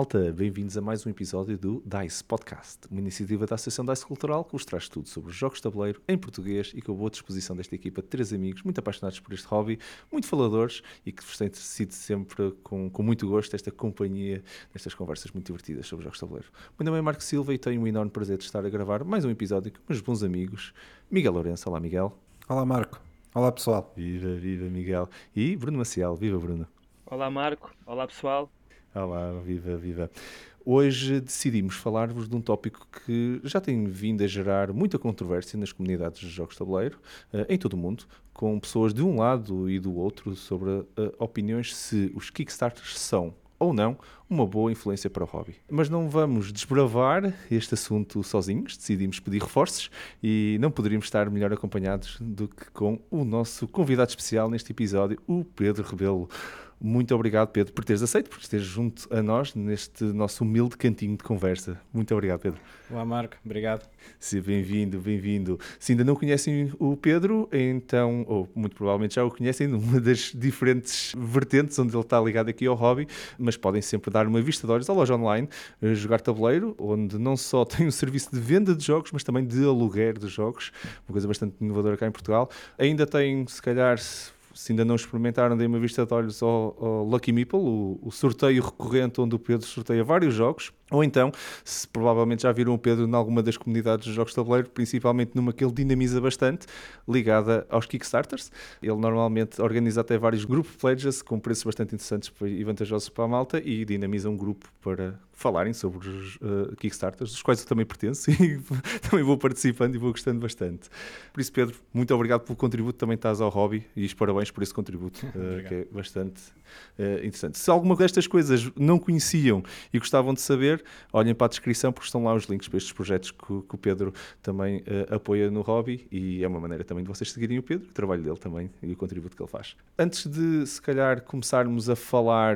malta, bem-vindos a mais um episódio do DICE Podcast, uma iniciativa da Associação DICE Cultural que vos traz tudo sobre os jogos de tabuleiro em português e com a boa disposição desta equipa de 3 amigos muito apaixonados por este hobby, muito faladores e que vos têm sido sempre com muito gosto esta companhia nestas conversas muito divertidas sobre jogos de tabuleiro. Meu nome é Marco Silva e tenho um enorme prazer de estar a gravar mais um episódio com meus bons amigos Miguel Lourenço. Olá, Miguel. Olá, Marco. Olá, pessoal. Viva, Miguel. E Bruno Maciel. Viva, Bruno. Olá, Marco. Olá, pessoal. Olá, viva. Hoje decidimos falar-vos de um tópico que já tem vindo a gerar muita controvérsia nas comunidades de jogos de tabuleiro, em todo o mundo, com pessoas de um lado e do outro sobre opiniões se os Kickstarters são ou não uma boa influência para o hobby. Mas não vamos desbravar este assunto sozinhos, decidimos pedir reforços e não poderíamos estar melhor acompanhados do que com o nosso convidado especial neste episódio, o Pedro Rebelo. Muito obrigado, Pedro, por teres aceito, por esteres junto a nós neste nosso humilde cantinho de conversa. Muito obrigado, Pedro. Olá, Marco. Obrigado. Sim, bem-vindo. Se ainda não conhecem o Pedro, então, ou muito provavelmente já o conhecem, numa das diferentes vertentes onde ele está ligado aqui ao hobby, mas podem sempre dar uma vista de olhos à loja online, Jogar Tabuleiro, onde não só tem um serviço de venda de jogos, mas também de aluguer de jogos, uma coisa bastante inovadora cá em Portugal. Ainda tem, se calhar, se ainda não experimentaram, deem uma vista de olhos ao Lucky Meeple, o sorteio recorrente onde o Pedro sorteia vários jogos. Ou então, se provavelmente já viram o Pedro em alguma das comunidades de jogos de tabuleiro, principalmente numa que ele dinamiza bastante, ligada aos Kickstarters. Ele normalmente organiza até vários group pledges com preços bastante interessantes e vantajosos para a malta e dinamiza um grupo para falarem sobre os Kickstarters, dos quais eu também pertenço e também vou participando e vou gostando bastante. Por isso, Pedro, muito obrigado pelo contributo, também estás ao hobby e os parabéns por esse contributo, que é bastante interessante. Se alguma destas coisas não conheciam e gostavam de saber, olhem para a descrição porque estão lá os links para estes projetos que o Pedro também apoia no hobby e é uma maneira também de vocês seguirem o Pedro, o trabalho dele também e o contributo que ele faz. Antes de, se calhar, começarmos a falar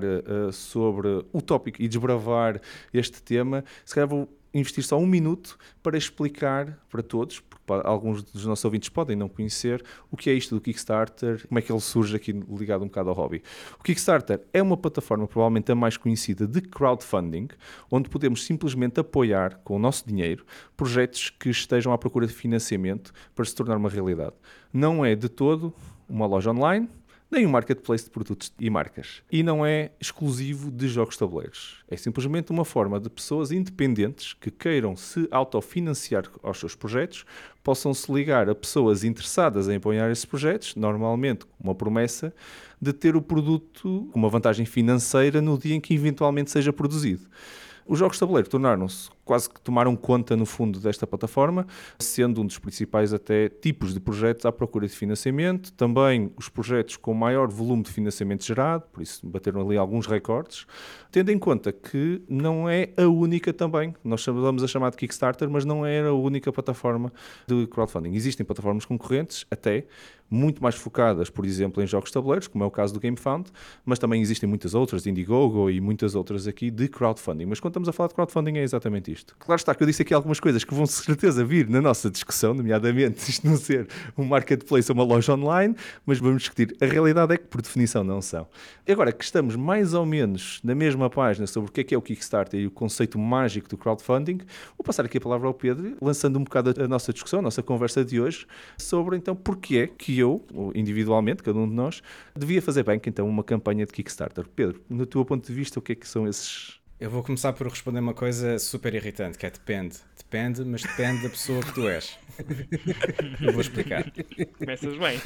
sobre o tópico e desbravar este tema, se calhar vou investir só um minuto para explicar para todos, porque alguns dos nossos ouvintes podem não conhecer, o que é isto do Kickstarter, como é que ele surge aqui ligado um bocado ao hobby. O Kickstarter é uma plataforma provavelmente a mais conhecida de crowdfunding, onde podemos simplesmente apoiar com o nosso dinheiro projetos que estejam à procura de financiamento para se tornar uma realidade. Não é de todo uma loja online, nem um marketplace de produtos e marcas. E não é exclusivo de jogos de tabuleiros. É simplesmente uma forma de pessoas independentes que queiram se autofinanciar aos seus projetos, possam se ligar a pessoas interessadas em apoiar esses projetos, normalmente com uma promessa de ter o produto com uma vantagem financeira no dia em que eventualmente seja produzido. Os jogos de tabuleiro tornaram-se, quase que tomaram conta no fundo desta plataforma, sendo um dos principais até tipos de projetos à procura de financiamento, também os projetos com maior volume de financiamento gerado, por isso bateram ali alguns recordes, tendo em conta que não é a única também, nós vamos a chamar de Kickstarter, mas não é a única plataforma de crowdfunding. Existem plataformas concorrentes, até, muito mais focadas, por exemplo, em jogos de tabuleiros, como é o caso do GameFound, mas também existem muitas outras, Indiegogo e muitas outras aqui de crowdfunding. Mas quando estamos a falar de crowdfunding é exatamente isto. Claro está que eu disse aqui algumas coisas que vão de certeza vir na nossa discussão, nomeadamente isto não ser um marketplace ou uma loja online, mas vamos discutir. A realidade é que por definição não são. Agora que estamos mais ou menos na mesma página sobre o que é o Kickstarter e o conceito mágico do crowdfunding, vou passar aqui a palavra ao Pedro, lançando um bocado a nossa discussão, a nossa conversa de hoje, sobre então porque é que eu, individualmente, cada um de nós, devia fazer bem então uma campanha de Kickstarter. Pedro, no teu ponto de vista, o que é que são esses... Eu vou começar por responder uma coisa super irritante, que é depende. Depende, mas depende da pessoa que tu és. Eu vou explicar. Começas bem.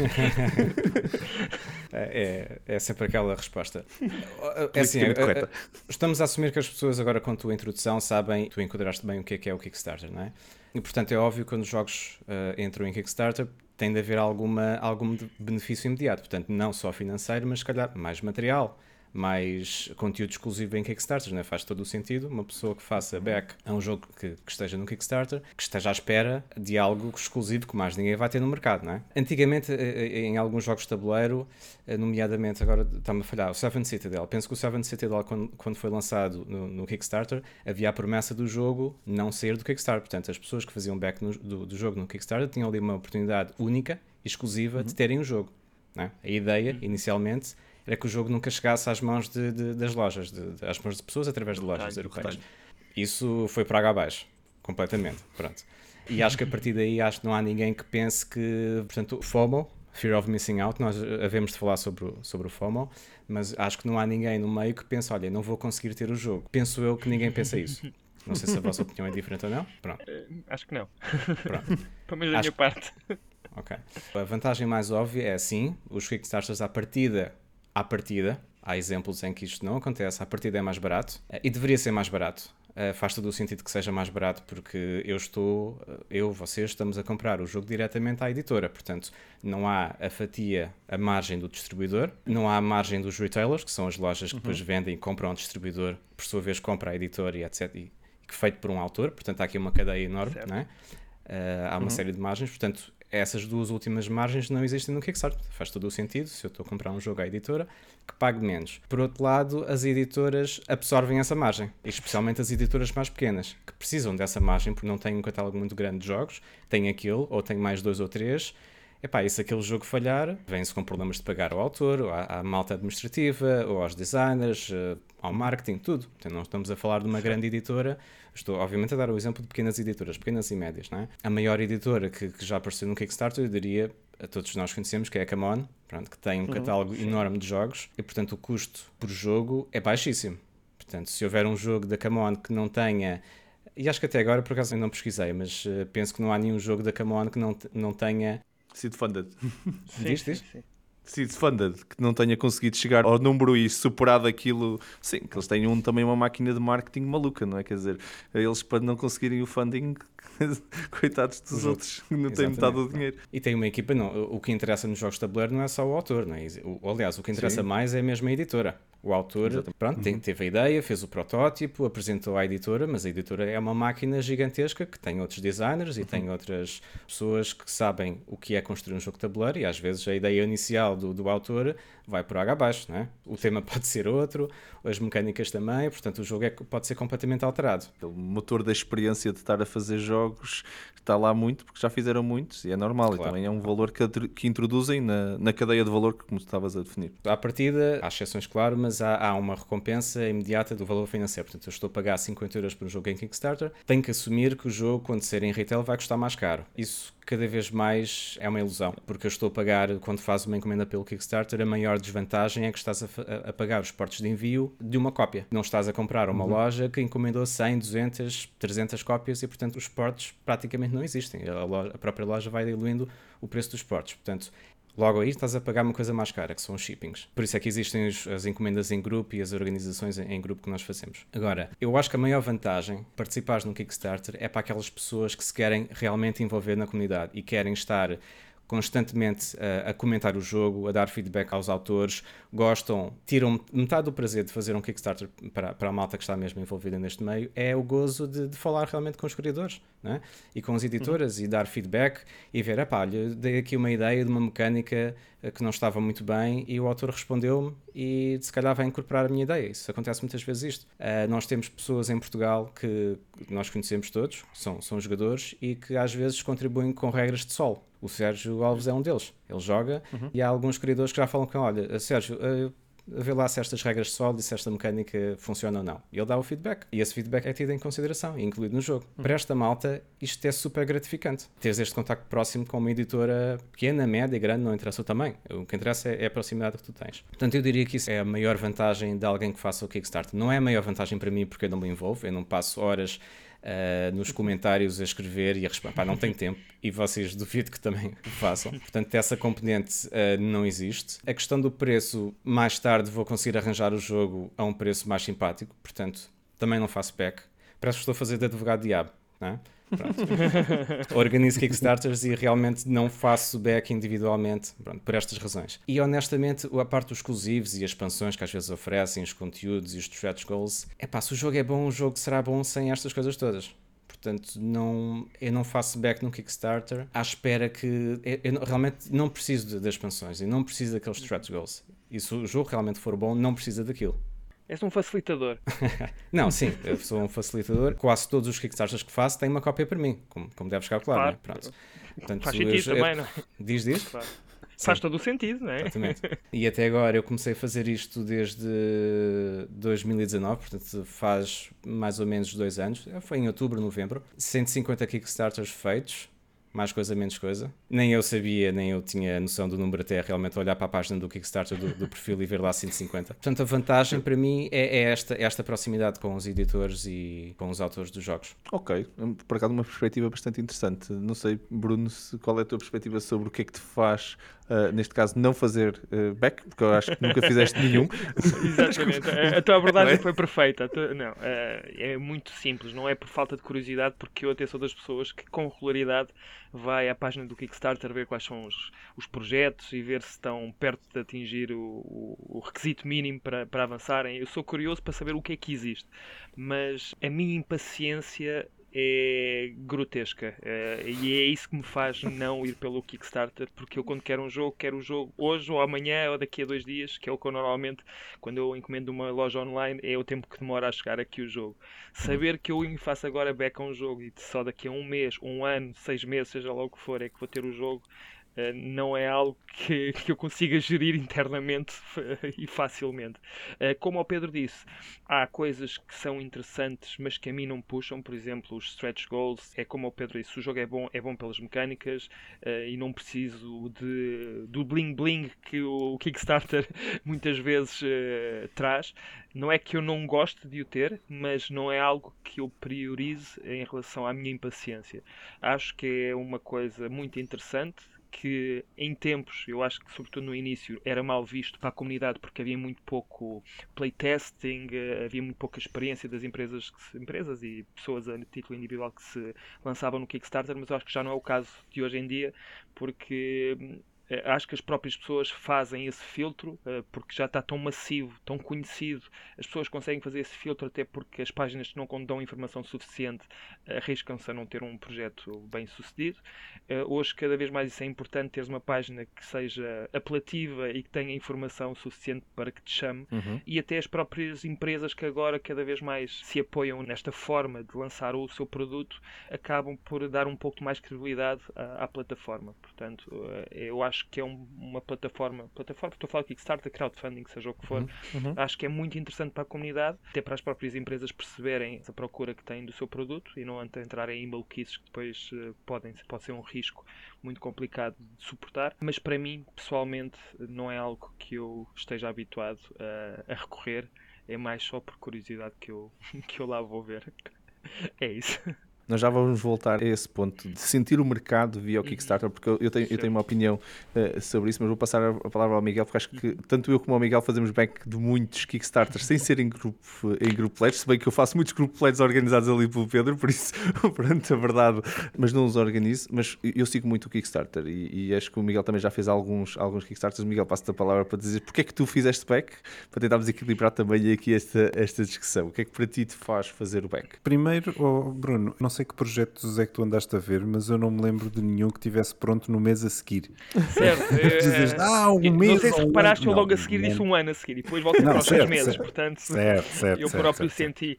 É sempre aquela resposta. É assim, correta. Estamos a assumir que as pessoas agora com a tua introdução sabem, tu enquadraste bem o que é o Kickstarter, não é? E portanto é óbvio que quando os jogos entram em Kickstarter tem de haver algum benefício imediato, portanto não só financeiro, mas se calhar mais material, mais conteúdo exclusivo em Kickstarter, né? Faz todo o sentido uma pessoa que faça back a um jogo que esteja no Kickstarter, que esteja à espera de algo exclusivo que mais ninguém vai ter no mercado, não é? Antigamente, em alguns jogos de tabuleiro, nomeadamente, agora está-me a falhar, o Seven Citadel, penso que o Seven Citadel, quando foi lançado no Kickstarter, havia a promessa do jogo não sair do Kickstarter, portanto as pessoas que faziam back do jogo no Kickstarter tinham ali uma oportunidade única e exclusiva de terem o jogo, não é? A ideia, inicialmente, era que o jogo nunca chegasse às mãos das lojas, às mãos de pessoas através de lojas Retalho, europeias. retalho. Isso foi para água abaixo, completamente, pronto. E acho que a partir daí acho que não há ninguém que pense que, portanto, o FOMO, Fear of Missing Out, nós havemos de falar sobre o FOMO, mas acho que não há ninguém no meio que pense, olha, não vou conseguir ter o jogo. Penso eu que ninguém pensa isso. Não sei se a vossa opinião é diferente ou não. Pronto. Acho que não. Pronto. Pelo menos da minha parte. Ok. A vantagem mais óbvia é, sim, os Kickstarters à partida, há exemplos em que isto não acontece, à partida é mais barato, e deveria ser mais barato. Faz todo o sentido que seja mais barato porque vocês estamos a comprar o jogo diretamente à editora, portanto não há a fatia, a margem do distribuidor, não há a margem dos retailers, que são as lojas que depois vendem e compram ao distribuidor, por sua vez compra à editora e etc. E feito por um autor, portanto há aqui uma cadeia enorme, não é? Há uma série de margens, portanto essas duas últimas margens não existem no Kickstarter. Faz todo o sentido, se eu estou a comprar um jogo à editora, que pague menos. Por outro lado, as editoras absorvem essa margem, e especialmente as editoras mais pequenas, que precisam dessa margem porque não têm um catálogo muito grande de jogos, têm aquilo, ou têm mais 2 ou 3. Epá, e se aquele jogo falhar, vem-se com problemas de pagar ao autor, ou à malta administrativa, ou aos designers, ao marketing, tudo. Então não estamos a falar de uma grande editora. Estou, obviamente, a dar o exemplo de pequenas editoras, pequenas e médias, não é? A maior editora que já apareceu no Kickstarter, eu diria, a todos nós conhecemos, que é a Come On, pronto, que tem um catálogo enorme de jogos, e, portanto, o custo por jogo é baixíssimo. Portanto, se houver um jogo da Come On que não tenha... E acho que até agora, por acaso, eu não pesquisei, mas penso que não há nenhum jogo da Come On que não tenha... Seed Funded. Diz? Seed Funded, que não tenha conseguido chegar ao número e superado aquilo. Sim, que eles têm também uma máquina de marketing maluca, não é? Quer dizer, eles para não conseguirem o funding, coitados dos outros, não têm metade do dinheiro. E tem uma equipa, não. O que interessa nos jogos de tabuleiro não é só o autor, não é? Aliás, o que interessa mais é mesmo a editora. O autor, pronto, teve a ideia, fez o protótipo, apresentou à editora, mas a editora é uma máquina gigantesca que tem outros designers e tem outras pessoas que sabem o que é construir um jogo de tabuleiro, e às vezes a ideia inicial do autor vai por água abaixo, não é? O tema pode ser outro, as mecânicas também, portanto o jogo pode ser completamente alterado. O motor da experiência de estar a fazer jogos está lá muito, porque já fizeram muitos, e é normal, claro. E também é um valor que introduzem na cadeia de valor que, como tu estavas a definir. À partida, há exceções, claro, mas há uma recompensa imediata do valor financeiro. Portanto, eu estou a pagar 50 euros por um jogo em Kickstarter, tenho que assumir que o jogo, quando sair em retail, vai custar mais caro. Isso cada vez mais é uma ilusão, porque eu estou a pagar, quando fazes uma encomenda pelo Kickstarter, a maior desvantagem é que estás a pagar os portos de envio de uma cópia. Não estás a comprar uma loja que encomendou 100, 200, 300 cópias e, portanto, os portos praticamente não existem. A própria loja vai diluindo o preço dos portos. Portanto, logo aí estás a pagar uma coisa mais cara, que são os shippings. Por isso é que existem as encomendas em grupo e as organizações em grupo que nós fazemos. Agora, eu acho que a maior vantagem, participares num Kickstarter, é para aquelas pessoas que se querem realmente envolver na comunidade e querem estar constantemente a comentar o jogo, a dar feedback aos autores, tiram metade do prazer de fazer um Kickstarter para a malta que está mesmo envolvida neste meio, é o gozo de falar realmente com os criadores, né? E com as editoras e dar feedback e ver, olha, dei aqui uma ideia de uma mecânica que não estava muito bem e o autor respondeu-me e se calhar vai incorporar a minha ideia. Isso acontece muitas vezes isto. Nós temos pessoas em Portugal que nós conhecemos todos, são jogadores e que às vezes contribuem com regras de solo. O Sérgio Alves é um deles. Ele joga e há alguns criadores que já falam com olha, Sérgio, vê lá se estas regras de solo e se esta mecânica funciona ou não. E ele dá o feedback. E esse feedback é tido em consideração e incluído no jogo. Para esta malta, isto é super gratificante. Teres este contacto próximo com uma editora pequena, média, grande, não interessa o tamanho. O que interessa é a proximidade que tu tens. Portanto, eu diria que isso é a maior vantagem de alguém que faça o Kickstarter. Não é a maior vantagem para mim porque eu não me envolvo. Eu não passo horas nos comentários a escrever e a responder. Não tenho tempo e vocês duvido que também o façam. Portanto, essa componente não existe. A questão do preço, mais tarde vou conseguir arranjar o jogo a um preço mais simpático. Portanto, também não faço pack. Parece que estou a fazer de advogado diabo, não é? Pronto. Organizo Kickstarters e realmente não faço back individualmente, pronto, por estas razões. E honestamente, a parte dos exclusivos e as expansões que às vezes oferecem, os conteúdos e os stretch goals, se o jogo é bom, o jogo será bom sem estas coisas todas. Portanto, eu não faço back no Kickstarter à espera que... Eu realmente não preciso das expansões e não preciso daqueles stretch goals. E se o jogo realmente for bom, não precisa daquilo. És um facilitador. Não, sim, eu sou um facilitador. Quase todos os Kickstarters que faço têm uma cópia para mim, como deve ficar claro. Claro. Né? Pronto. Portanto, Faz sentido também, não é? Diz? Claro. Faz todo o sentido, não é? Exatamente. E até agora eu comecei a fazer isto desde 2019, portanto faz mais ou menos 2 anos. Foi em outubro, novembro. 150 Kickstarters feitos. Mais coisa, menos coisa. Nem eu sabia, nem eu tinha noção do número até realmente olhar para a página do Kickstarter do perfil e ver lá 150. Portanto, a vantagem para mim é esta proximidade com os editores e com os autores dos jogos. Ok, por acaso uma perspectiva bastante interessante. Não sei, Bruno, qual é a tua perspectiva sobre o que é que te faz, neste caso, não fazer back, porque eu acho que nunca fizeste nenhum. Exatamente, a tua abordagem foi perfeita. Não, é muito simples, não é por falta de curiosidade, porque eu até sou das pessoas que com regularidade vai à página do Kickstarter ver quais são os projetos e ver se estão perto de atingir o requisito mínimo para avançarem. Eu sou curioso para saber o que é que existe, mas a minha impaciência é grotesca, e é isso que me faz não ir pelo Kickstarter, porque eu quando quero o jogo hoje ou amanhã ou daqui a 2 dias, que é o que eu normalmente, quando eu encomendo uma loja online, é o tempo que demora a chegar aqui o jogo. Saber que eu faço agora back a um jogo e só daqui a 1 mês, 1 ano, 6 meses, seja lá o que for, é que vou ter o jogo, não é algo que eu consiga gerir internamente e facilmente. Como o Pedro disse, há coisas que são interessantes, mas que a mim não puxam. Por exemplo, os stretch goals. É como o Pedro disse, o jogo é bom pelas mecânicas, e não preciso do bling bling que o Kickstarter muitas vezes traz. Não é que eu não goste de o ter, mas não é algo que eu priorize em relação à minha impaciência. Acho que é uma coisa muito interessante, que em tempos, eu acho que sobretudo no início, era mal visto para a comunidade porque havia muito pouco playtesting, havia muito pouca experiência das empresas e pessoas a título individual que se lançavam no Kickstarter, mas eu acho que já não é o caso de hoje em dia, porque acho que as próprias pessoas fazem esse filtro, porque já está tão massivo, tão conhecido. As pessoas conseguem fazer esse filtro até porque as páginas que não dão informação suficiente arriscam-se a não ter um projeto bem sucedido. Hoje cada vez mais isso é importante, teres uma página que seja apelativa e que tenha informação suficiente para que te chame. E até as próprias empresas que agora cada vez mais se apoiam nesta forma de lançar o seu produto acabam por dar um pouco mais credibilidade à plataforma. Portanto, eu acho que é uma plataforma, estou a falar de Kickstarter, crowdfunding, seja o que for, acho que é muito interessante para a comunidade, até para as próprias empresas perceberem a procura que têm do seu produto e não entrarem em maluquices que depois pode ser um risco muito complicado de suportar, mas para mim, pessoalmente, não é algo que eu esteja habituado a recorrer, é mais só por curiosidade que eu lá vou ver. É isso. Nós já vamos voltar a esse ponto de sentir o mercado via o Kickstarter, porque eu tenho uma opinião sobre isso, mas vou passar a palavra ao Miguel, porque acho que tanto eu como o Miguel fazemos back de muitos Kickstarters sem ser em grupo pledge, se bem que eu faço muitos grupo pledges organizados ali pelo Pedro, por isso, pronto, a verdade, mas não os organizo, mas eu sigo muito o Kickstarter e acho que o Miguel também já fez alguns Kickstarters. Miguel, passo-te a palavra para dizer porque é que tu fizeste back, para tentarmos equilibrar também aqui esta discussão. O que é que para ti te faz fazer o back? Primeiro, Bruno, não sei que projetos é que tu andaste a ver, mas eu não me lembro de nenhum que estivesse pronto no mês a seguir. Certo. Dizes, um mês, não sei se reparaste, eu logo a seguir disse 1 ano a seguir e depois volto para os 6 meses. Certo, portanto, certo, eu próprio senti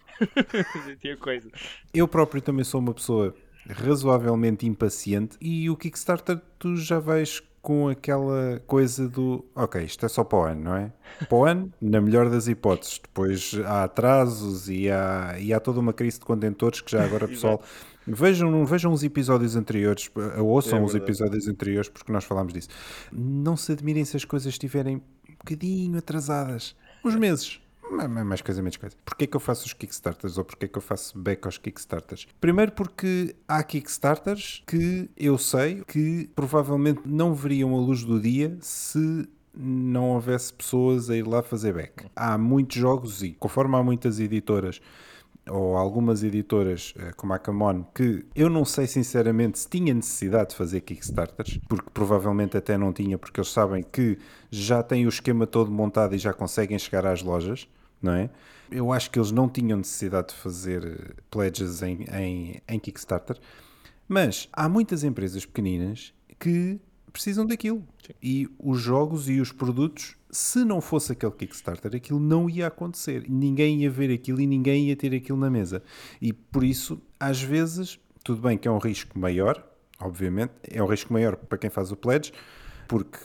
a coisa. Eu próprio também sou uma pessoa razoavelmente impaciente e o Kickstarter tu já vais com aquela coisa do ok, isto é só para o ano, não é? Para o ano, na melhor das hipóteses. Depois há atrasos e há toda uma crise de contentores que já agora, pessoal, vejam os episódios anteriores, ouçam os episódios anteriores porque nós falámos disso. Não se admirem se as coisas estiverem um bocadinho atrasadas. Uns meses. Mais coisa, menos coisa. Porquê que eu faço os Kickstarters ou porquê que eu faço back aos Kickstarters? Primeiro porque há Kickstarters que eu sei que provavelmente não veriam a luz do dia se não houvesse pessoas a ir lá fazer back. Há muitos jogos e conforme há muitas editoras ou algumas editoras como a Camon, que eu não sei sinceramente se tinha necessidade de fazer Kickstarters, porque provavelmente até não tinha, porque eles sabem que já têm o esquema todo montado e já conseguem chegar às lojas, não é? Eu acho que eles não tinham necessidade de fazer pledges em Kickstarter, mas há muitas empresas pequeninas que precisam daquilo. Sim. E os jogos e os produtos, se não fosse aquele Kickstarter, aquilo não ia acontecer. Ninguém ia ver aquilo e ninguém ia ter aquilo na mesa. E por isso, às vezes, tudo bem que é um risco maior, obviamente, é um risco maior para quem faz o pledge, porque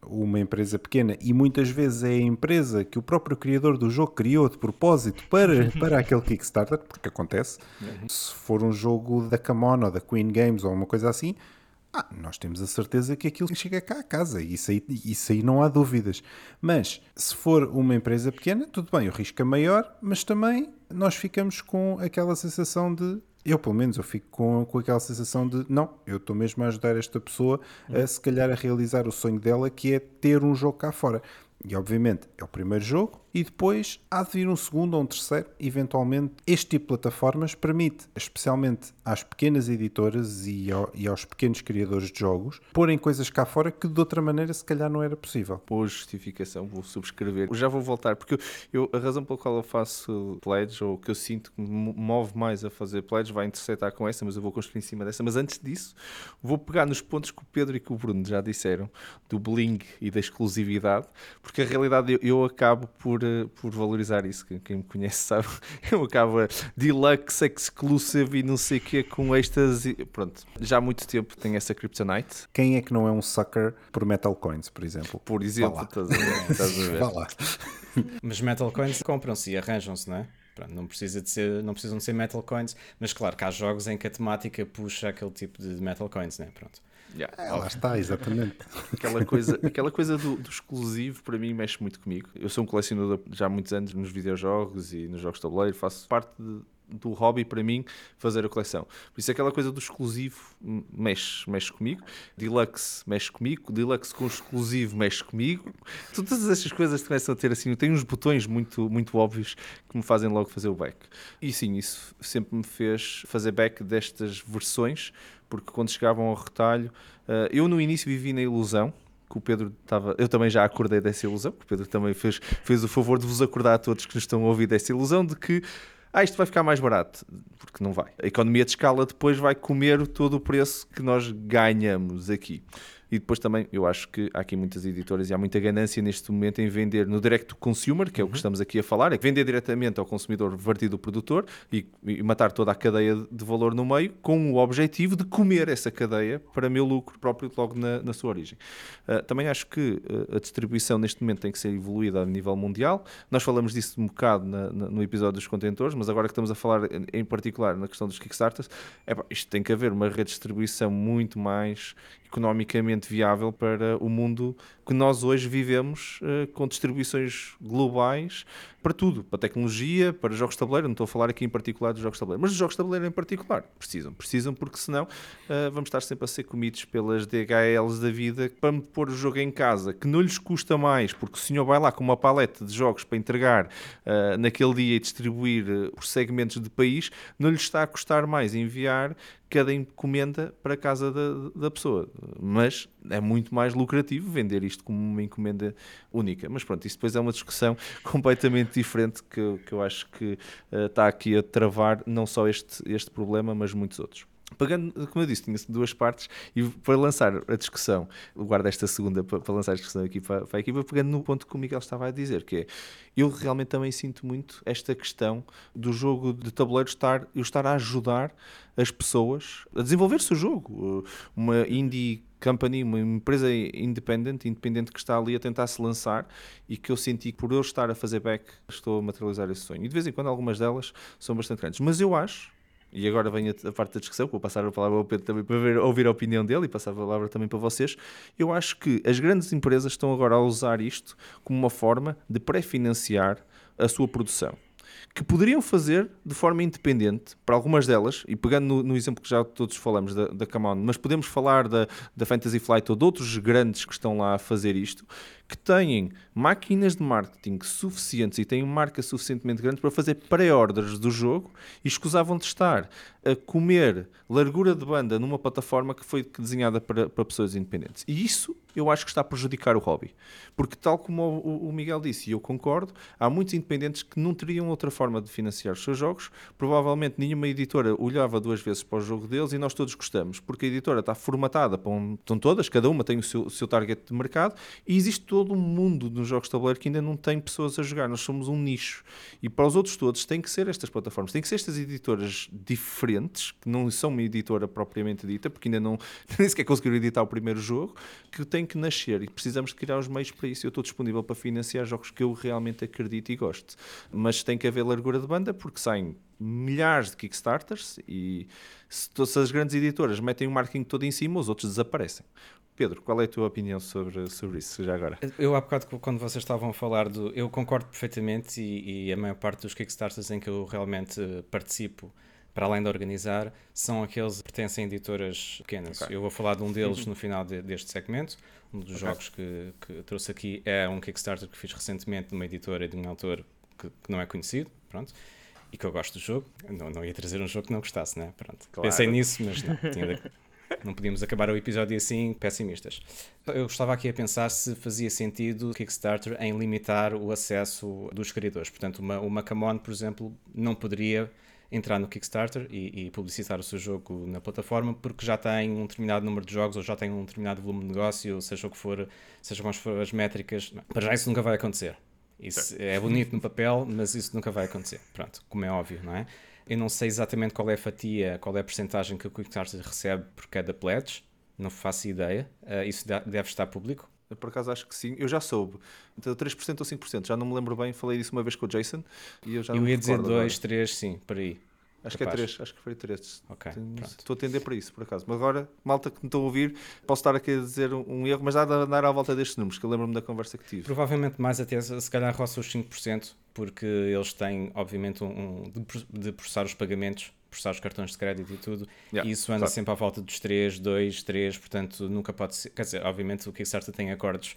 uma empresa pequena, e muitas vezes é a empresa que o próprio criador do jogo criou de propósito para aquele Kickstarter, porque acontece, se for um jogo da Camon ou da Queen Games ou uma coisa assim, nós temos a certeza que aquilo chega cá a casa, e isso aí não há dúvidas. Mas se for uma empresa pequena, tudo bem, o risco é maior, mas também nós ficamos com aquela sensação de, eu pelo menos eu fico com aquela sensação de, não, eu estou mesmo a ajudar esta pessoa a se calhar a realizar o sonho dela, que é ter um jogo cá fora. E obviamente é o primeiro jogo, e depois há de vir um segundo ou um terceiro. Eventualmente este tipo de plataformas permite, especialmente às pequenas editoras e aos pequenos criadores de jogos, porem coisas cá fora que de outra maneira se calhar não era possível. Boa justificação, vou subscrever. Já vou voltar, porque a razão pela qual eu faço pledge, ou que eu sinto que me move mais a fazer pledge, vai intersetar com essa, mas eu vou construir em cima dessa. Mas antes disso, vou pegar nos pontos que o Pedro e que o Bruno já disseram, do bling e da exclusividade, porque a realidade eu acabo por valorizar isso. Quem me conhece sabe, eu acabo a deluxe, exclusive e não sei o que, com êxtase. Pronto, já há muito tempo tenho essa kryptonite. Quem é que não é um sucker por Metal Coins, por exemplo? Por exemplo, estás a ver. Vá lá. Mas Metal Coins compram-se e arranjam-se, não é? Pronto, não precisam de ser Metal Coins, mas claro que há jogos em que a temática puxa aquele tipo de Metal Coins, não é? Pronto. Lá está, exatamente. Aquela coisa do exclusivo para mim mexe muito comigo. Eu sou um colecionador já há muitos anos nos videojogos e nos jogos de tabuleiro, faço parte do hobby para mim fazer a coleção. Por isso aquela coisa do exclusivo mexe comigo. Deluxe mexe comigo. Deluxe com exclusivo mexe comigo. Todas essas coisas começam a ter assim, tem uns botões muito, muito óbvios que me fazem logo fazer o back. E sim, isso sempre me fez fazer back destas versões, porque quando chegavam ao retalho, eu no início vivi na ilusão que o Pedro estava... Eu também já acordei dessa ilusão, porque o Pedro também fez o favor de vos acordar a todos que nos estão a ouvir dessa ilusão de que isto vai ficar mais barato, porque não vai. A economia de escala depois vai comer todo o preço que nós ganhamos aqui. E depois também, eu acho que há aqui muitas editoras e há muita ganância neste momento em vender no direct to consumer, que é o que estamos aqui a falar, é vender diretamente ao consumidor vertido do produtor e matar toda a cadeia de valor no meio, com o objetivo de comer essa cadeia para meu lucro próprio logo na sua origem. Também acho que a distribuição neste momento tem que ser evoluída a nível mundial. Nós falamos disso um bocado no episódio dos contentores, mas agora que estamos a falar em particular na questão dos Kickstarters, isto tem que haver uma redistribuição muito mais economicamente viável para o mundo que nós hoje vivemos, com distribuições globais para tudo, para tecnologia, para jogos de tabuleiro. Não estou a falar aqui em particular dos jogos de tabuleiro, mas dos jogos de tabuleiro em particular precisam porque senão vamos estar sempre a ser comidos pelas DHLs da vida para me pôr o jogo em casa, que não lhes custa mais, porque o senhor vai lá com uma paleta de jogos para entregar naquele dia e distribuir por segmentos de país, não lhes está a custar mais enviar cada encomenda para a casa da pessoa, mas é muito mais lucrativo vender isto como uma encomenda única. Mas pronto, isso depois é uma discussão completamente diferente que eu acho que está aqui a travar não só este problema, mas muitos outros. Pegando, como eu disse, tinha duas partes, e para lançar a discussão, guardo esta segunda para lançar a discussão aqui para a equipa, pegando no ponto que o Miguel estava a dizer, que é, eu realmente também sinto muito esta questão do jogo de tabuleiro estar a ajudar as pessoas a desenvolver o seu jogo. Uma indie company, uma empresa independente que está ali a tentar se lançar, e que eu senti que por eu estar a fazer back, estou a materializar esse sonho. E de vez em quando algumas delas são bastante grandes. Mas eu acho, e agora vem a parte da discussão, vou passar a palavra ao Pedro também para ouvir a opinião dele e passar a palavra também para vocês. Eu acho que as grandes empresas estão agora a usar isto como uma forma de pré-financiar a sua produção, que poderiam fazer de forma independente, para algumas delas, e pegando no exemplo que já todos falamos da Camon, mas podemos falar da Fantasy Flight ou de outros grandes que estão lá a fazer isto, que têm máquinas de marketing suficientes e têm marcas suficientemente grandes para fazer pré-orders do jogo, e escusavam de estar a comer largura de banda numa plataforma que foi desenhada para pessoas independentes. E isso eu acho que está a prejudicar o hobby. Porque, tal como o Miguel disse, e eu concordo, há muitos independentes que não teriam outra forma de financiar os seus jogos. Provavelmente nenhuma editora olhava duas vezes para o jogo deles, e nós todos gostamos, porque a editora está formatada para estão todas, cada uma tem o seu target de mercado, e existe todo o mundo dos jogos de tabuleiro que ainda não tem pessoas a jogar. Nós somos um nicho. E para os outros todos tem que ser estas plataformas, tem que ser estas editoras diferentes, que não são uma editora propriamente dita, porque ainda não nem sequer conseguiram editar o primeiro jogo, que tem que nascer e precisamos de criar os meios para isso. Eu estou disponível para financiar jogos que eu realmente acredito e gosto. Mas tem que haver largura de banda, porque saem milhares de Kickstarters e se todas as grandes editoras metem o marketing todo em cima, os outros desaparecem. Pedro, qual é a tua opinião sobre isso, já agora? Eu há bocado, quando vocês estavam a falar eu concordo perfeitamente e a maior parte dos Kickstarters em que eu realmente participo, para além de organizar, são aqueles que pertencem a editoras pequenas. Okay. Eu vou falar de um deles no final deste segmento. Um dos jogos que trouxe aqui é um Kickstarter que fiz recentemente de uma editora e de um autor que não é conhecido, pronto, e que eu gosto do jogo. Não ia trazer um jogo que não gostasse, né? Pronto. Claro. Pensei nisso, mas não podíamos acabar o episódio assim pessimistas. Eu estava aqui a pensar se fazia sentido o Kickstarter em limitar o acesso dos criadores. Portanto, o Macamon, por exemplo, não poderia entrar no Kickstarter e publicitar o seu jogo na plataforma porque já tem um determinado número de jogos ou já tem um determinado volume de negócio, seja o que for, seja quais forem as métricas. Para já isso nunca vai acontecer. Isso é bonito no papel, mas isso nunca vai acontecer. Pronto, como é óbvio, não é? Eu não sei exatamente qual é a fatia, qual é a percentagem que o Kickstarter recebe por cada pledge, não faço ideia. Isso deve estar público. Eu, por acaso, acho que sim. Eu já soube. Então, 3% ou 5%. Já não me lembro bem. Falei disso uma vez com o Jason. E eu já eu não ia dizer 2, agora. 3, sim, por aí. Acho que é 3. Acho que foi 3. Ok, estou a tender para isso, por acaso. Mas agora, malta que me estão a ouvir, posso estar aqui a dizer um erro, mas dá de andar à volta destes números, que eu lembro-me da conversa que tive. Provavelmente mais até, se calhar, roça os 5%, porque eles têm, obviamente, de processar os pagamentos, processar os cartões de crédito e tudo, e isso anda sempre à volta dos 3, 2, 3, portanto nunca pode ser, quer dizer, obviamente o Kickstarter tem acordos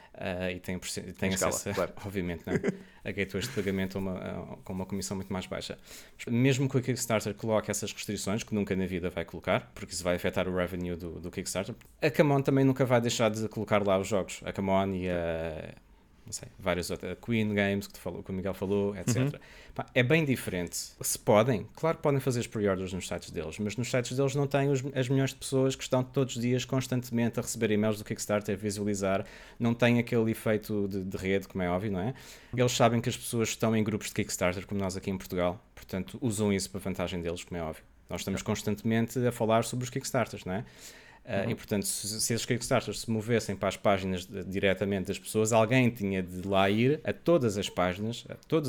e tem acesso, claro. Obviamente, não, a gateways de pagamento com uma comissão muito mais baixa. Mas mesmo que o Kickstarter coloque essas restrições, que nunca na vida vai colocar, porque isso vai afetar o revenue do Kickstarter, a Camon também nunca vai deixar de colocar lá os jogos, a Camon e não sei, várias outras, Queen Games, que o Miguel falou, etc. É bem diferente. Se podem, claro que podem fazer as pre-orders nos sites deles, mas nos sites deles não têm as milhões de pessoas que estão todos os dias constantemente a receber e-mails do Kickstarter, a visualizar, não tem aquele efeito de rede, como é óbvio, não é? Eles sabem que as pessoas estão em grupos de Kickstarter, como nós aqui em Portugal, portanto usam isso para vantagem deles, como é óbvio. Nós estamos constantemente a falar sobre os Kickstarters, não é? E portanto, se esses Kickstarters se movessem para as páginas diretamente das pessoas, alguém tinha de lá ir a todas as páginas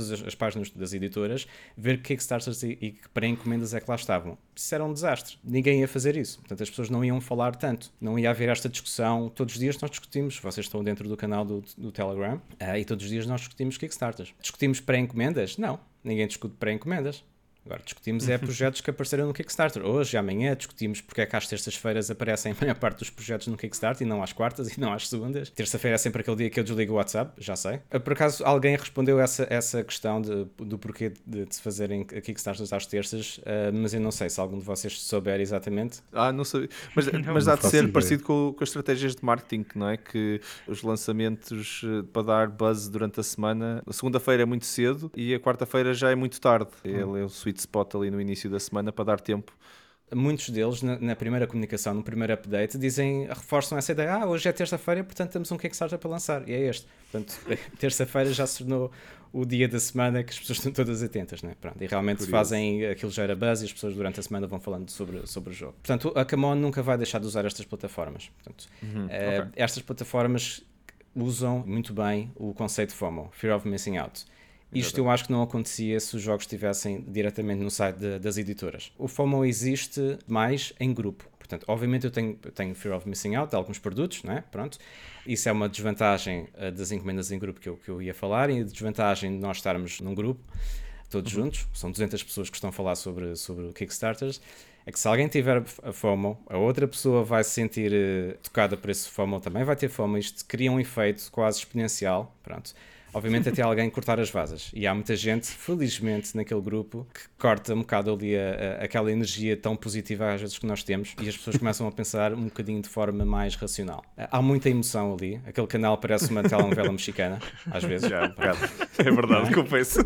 das editoras, ver que Kickstarters e que pré-encomendas é que lá estavam. Isso era um desastre. Ninguém ia fazer isso. Portanto, as pessoas não iam falar tanto. Não ia haver esta discussão. Todos os dias nós discutimos. Vocês estão dentro do canal do Telegram e todos os dias nós discutimos Kickstarters. Discutimos pré-encomendas? Não. Ninguém discute pré-encomendas. Agora discutimos projetos que apareceram no Kickstarter. Hoje, amanhã, discutimos porque é que às terças-feiras aparecem a maior parte dos projetos no Kickstarter e não às quartas e não às segundas. Terça-feira é sempre aquele dia que eu desligo o WhatsApp, já sei. Por acaso, alguém respondeu essa questão do porquê de se fazerem Kickstarters às terças, mas eu não sei se algum de vocês souber exatamente. Não sei. Mas há de ser parecido com as estratégias de marketing, não é? Que os lançamentos para dar buzz durante a semana, a segunda-feira é muito cedo e a quarta-feira já é muito tarde. Ele é o sweet spot ali no início da semana para dar tempo. Muitos deles, na primeira comunicação, no primeiro update, reforçam essa ideia, hoje é terça-feira, portanto temos um Kickstarter para lançar, e é este. Portanto, terça-feira já se tornou o dia da semana que as pessoas estão todas atentas, né? Pronto, e realmente fazem aquilo, já era buzz, e as pessoas durante a semana vão falando sobre o jogo. Portanto, a Camon nunca vai deixar de usar estas plataformas. Portanto, estas plataformas usam muito bem o conceito FOMO, Fear of Missing Out. Isto eu acho que não acontecia se os jogos estivessem diretamente no site das editoras. O FOMO existe mais em grupo. Portanto, obviamente eu tenho Fear of Missing Out de alguns produtos, não é? Pronto. Isso é uma desvantagem das encomendas em grupo que eu ia falar, e a desvantagem de nós estarmos num grupo, todos juntos, são 200 pessoas que estão a falar sobre o Kickstarters, é que se alguém tiver a FOMO, a outra pessoa vai se sentir tocada por esse FOMO, também vai ter FOMO, isto cria um efeito quase exponencial, pronto. Obviamente até alguém cortar as vasas. E há muita gente, felizmente, naquele grupo que corta um bocado ali aquela energia tão positiva às vezes que nós temos, e as pessoas começam a pensar um bocadinho de forma mais racional. Há muita emoção ali. Aquele canal parece uma telenovela mexicana, às vezes. Já, é verdade, confesso.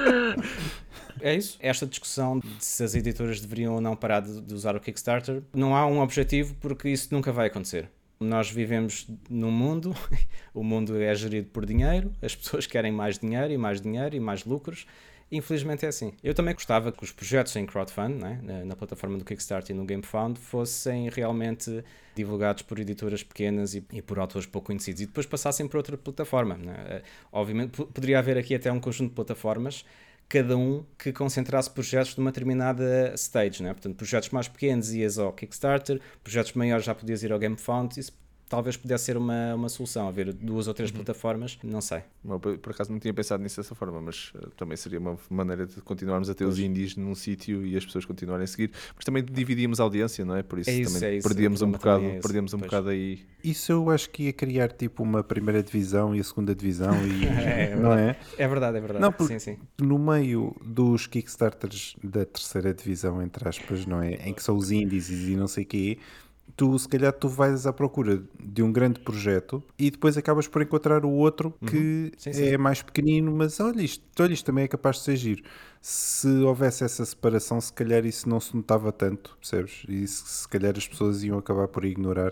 É isso. Esta discussão de se as editoras deveriam ou não parar de usar o Kickstarter, não há um objetivo, porque isso nunca vai acontecer. Nós vivemos num mundo, o mundo é gerido por dinheiro, as pessoas querem mais dinheiro e mais dinheiro e mais lucros. Infelizmente é assim. Eu também gostava que os projetos em crowdfund, né, na plataforma do Kickstarter e no GameFound, fossem realmente divulgados por editoras pequenas e por autores pouco conhecidos e depois passassem para outra plataforma, né? Obviamente poderia haver aqui até um conjunto de plataformas, cada um que concentrasse projetos de uma determinada stage, né? Portanto, projetos mais pequenos ias ao Kickstarter, projetos maiores já podias ir ao GameFound. Isso talvez pudesse ser uma solução, haver 2 ou 3 plataformas, não sei. Por acaso não tinha pensado nisso dessa forma, mas também seria uma maneira de continuarmos a ter os indies num sítio e as pessoas continuarem a seguir, mas também dividíamos a audiência, não é? Por isso, também perdíamos um bocado aí. Isso eu acho que ia criar tipo uma primeira divisão e a segunda divisão e não é? É verdade. Não, porque sim. no meio dos Kickstarters da terceira divisão, entre aspas, não é? Em que são os indies e não sei o quê, se calhar tu vais à procura de um grande projeto e depois acabas por encontrar o outro que Sim. é mais pequenino, mas olha isto também é capaz de ser giro. Se houvesse essa separação, se calhar isso não se notava tanto, percebes? E se calhar as pessoas iam acabar por ignorar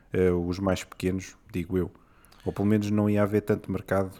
os mais pequenos, digo eu. Ou pelo menos não ia haver tanto mercado.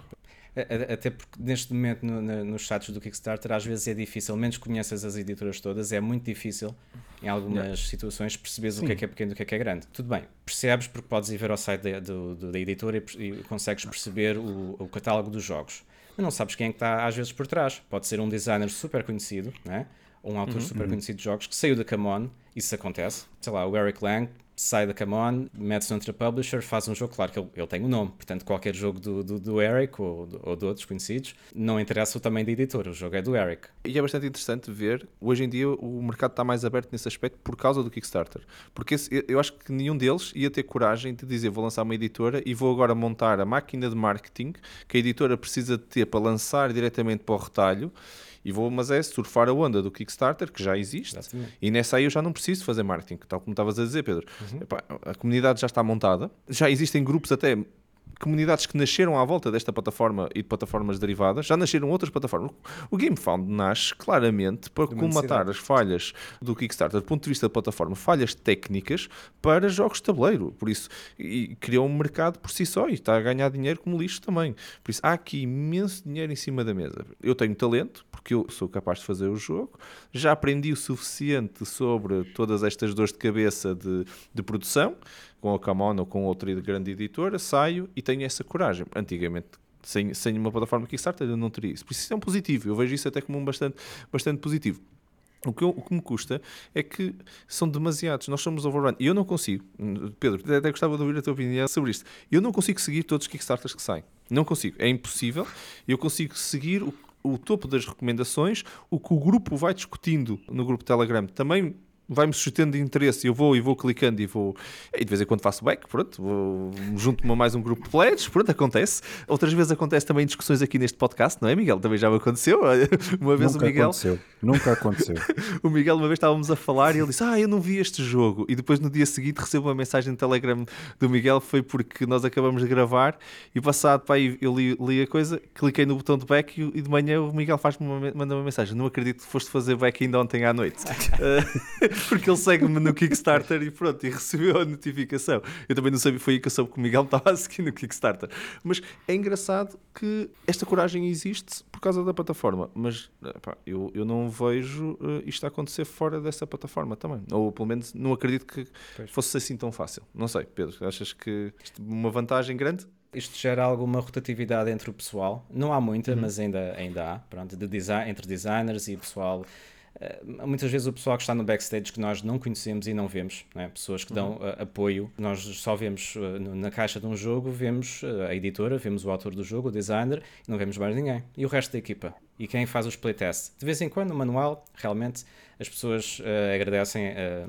Até porque neste momento nos sites do Kickstarter às vezes é difícil, menos conheças as editoras todas, é muito difícil em algumas situações perceberes o que é pequeno e o que é grande. Tudo bem, percebes porque podes ir ver ao site da editora e consegues perceber o catálogo dos jogos, mas não sabes quem é que está às vezes por trás. Pode ser um designer super conhecido, né? Ou um autor super conhecido de jogos que saiu da Come On, isso acontece, sei lá, o Eric Lang sai da Come On, mete-se noutra publisher, faz um jogo, claro que ele tem um nome, portanto qualquer jogo do Eric ou de outros conhecidos, não interessa o tamanho da editora, o jogo é do Eric. E é bastante interessante ver, hoje em dia o mercado está mais aberto nesse aspecto por causa do Kickstarter, porque eu acho que nenhum deles ia ter coragem de dizer vou lançar uma editora e vou agora montar a máquina de marketing que a editora precisa de ter para lançar diretamente para o retalho. Mas é surfar a onda do Kickstarter, que já existe, e nessa aí eu já não preciso fazer marketing, tal como estavas a dizer, Pedro. Epá, a comunidade já está montada, já existem grupos até, comunidades que nasceram à volta desta plataforma e de plataformas derivadas, já nasceram outras plataformas. O GameFound nasce claramente para colmatar as falhas do Kickstarter do ponto de vista da plataforma, falhas técnicas para jogos de tabuleiro, por isso, e criou um mercado por si só e está a ganhar dinheiro como lixo também. Por isso, há aqui imenso dinheiro em cima da mesa. Eu tenho talento, porque eu sou capaz de fazer o jogo, já aprendi o suficiente sobre todas estas dores de cabeça de produção, com a Come On ou com outra grande editora, saio e tenho essa coragem. Antigamente, sem uma plataforma Kickstarter, eu não teria isso. Por isso é um positivo. Eu vejo isso até como bastante positivo. O que me custa é que são demasiados. Nós somos overrun. E eu não consigo, Pedro, até gostava de ouvir a tua opinião sobre isto. Eu não consigo seguir todos os Kickstarters que saem. Não consigo. É impossível. Eu consigo seguir o topo das recomendações, o que o grupo vai discutindo no grupo Telegram também vai-me suscitando de interesse, eu vou clicando e de vez em quando faço back, pronto, junto-me a mais um grupo de pledges, pronto, acontece. Outras vezes acontece também discussões aqui neste podcast, não é, Miguel? Também já me aconteceu. Uma vez Nunca aconteceu. O Miguel, uma vez estávamos a falar e ele disse, eu não vi este jogo, e depois no dia seguinte recebo uma mensagem no Telegram do Miguel, foi porque nós acabamos de gravar e passado, eu li a coisa, cliquei no botão de back e de manhã o Miguel manda uma mensagem, não acredito que foste fazer back ainda ontem à noite. Porque ele segue-me no Kickstarter e pronto, e recebeu a notificação. Eu também não sabia, foi aí que eu soube que o Miguel estava a seguir no Kickstarter. Mas é engraçado que esta coragem existe por causa da plataforma, mas eu não vejo isto a acontecer fora dessa plataforma também. Ou pelo menos não acredito que fosse assim tão fácil. Não sei, Pedro, achas que isto é uma vantagem grande? Isto gera alguma rotatividade entre o pessoal. Não há muita, mas ainda há. Pronto, entre designers e pessoal. Muitas vezes o pessoal que está no backstage que nós não conhecemos e não vemos, não é? Pessoas que dão apoio, nós só vemos na caixa de um jogo, vemos a editora, vemos o autor do jogo, o designer, e não vemos mais ninguém. E o resto da equipa? E quem faz os playtests? De vez em quando, no manual, realmente, as pessoas agradecem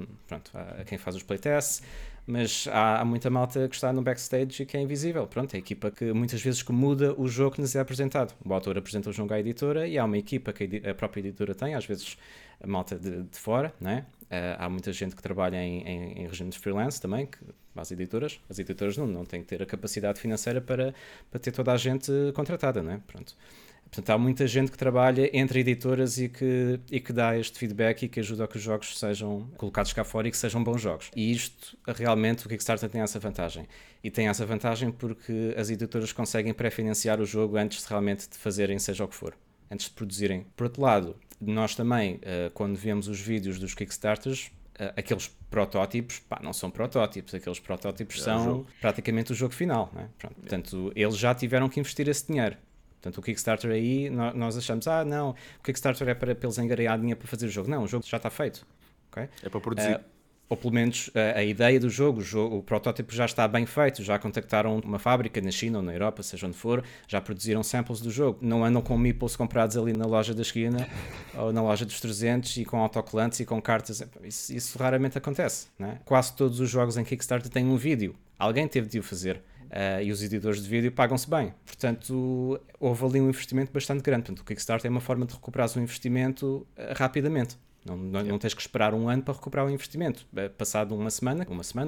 a quem faz os playtests, mas há muita malta que está no backstage e que é invisível. Pronto, a equipa que muitas vezes que muda o jogo que nos é apresentado. O autor apresenta o jogo à editora e há uma equipa que a própria editora tem, às vezes a malta de fora, não é? Há muita gente que trabalha em regime de freelance também, as editoras não têm que ter a capacidade financeira para ter toda a gente contratada, não é? Pronto. Portanto, há muita gente que trabalha entre editoras e que dá este feedback e que ajuda a que os jogos sejam colocados cá fora e que sejam bons jogos. E isto, realmente, o Kickstarter tem essa vantagem. E tem essa vantagem porque as editoras conseguem pré-financiar o jogo antes de realmente de fazerem seja o que for, antes de produzirem. Por outro lado, nós também, quando vemos os vídeos dos Kickstarters, aqueles protótipos, não são protótipos, aqueles protótipos são praticamente o jogo final, não é? Pronto, portanto, eles já tiveram que investir esse dinheiro. Portanto, o Kickstarter aí, nós achamos, não, o Kickstarter é para eles angariar dinheiro para fazer o jogo. Não, o jogo já está feito. Okay? É para produzir. Ou pelo menos a ideia do jogo, o protótipo já está bem feito, já contactaram uma fábrica na China ou na Europa, seja onde for, já produziram samples do jogo. Não andam com meeples comprados ali na loja da esquina ou na loja dos 300 e com autocolantes e com cartas. Isso raramente acontece. Não é? Quase todos os jogos em Kickstarter têm um vídeo. Alguém teve de o fazer. E os editores de vídeo pagam-se bem. Portanto, houve ali um investimento bastante grande. Portanto, o Kickstarter é uma forma de recuperar um investimento rapidamente. Não tens que esperar um ano para recuperar o investimento. Passado uma semana,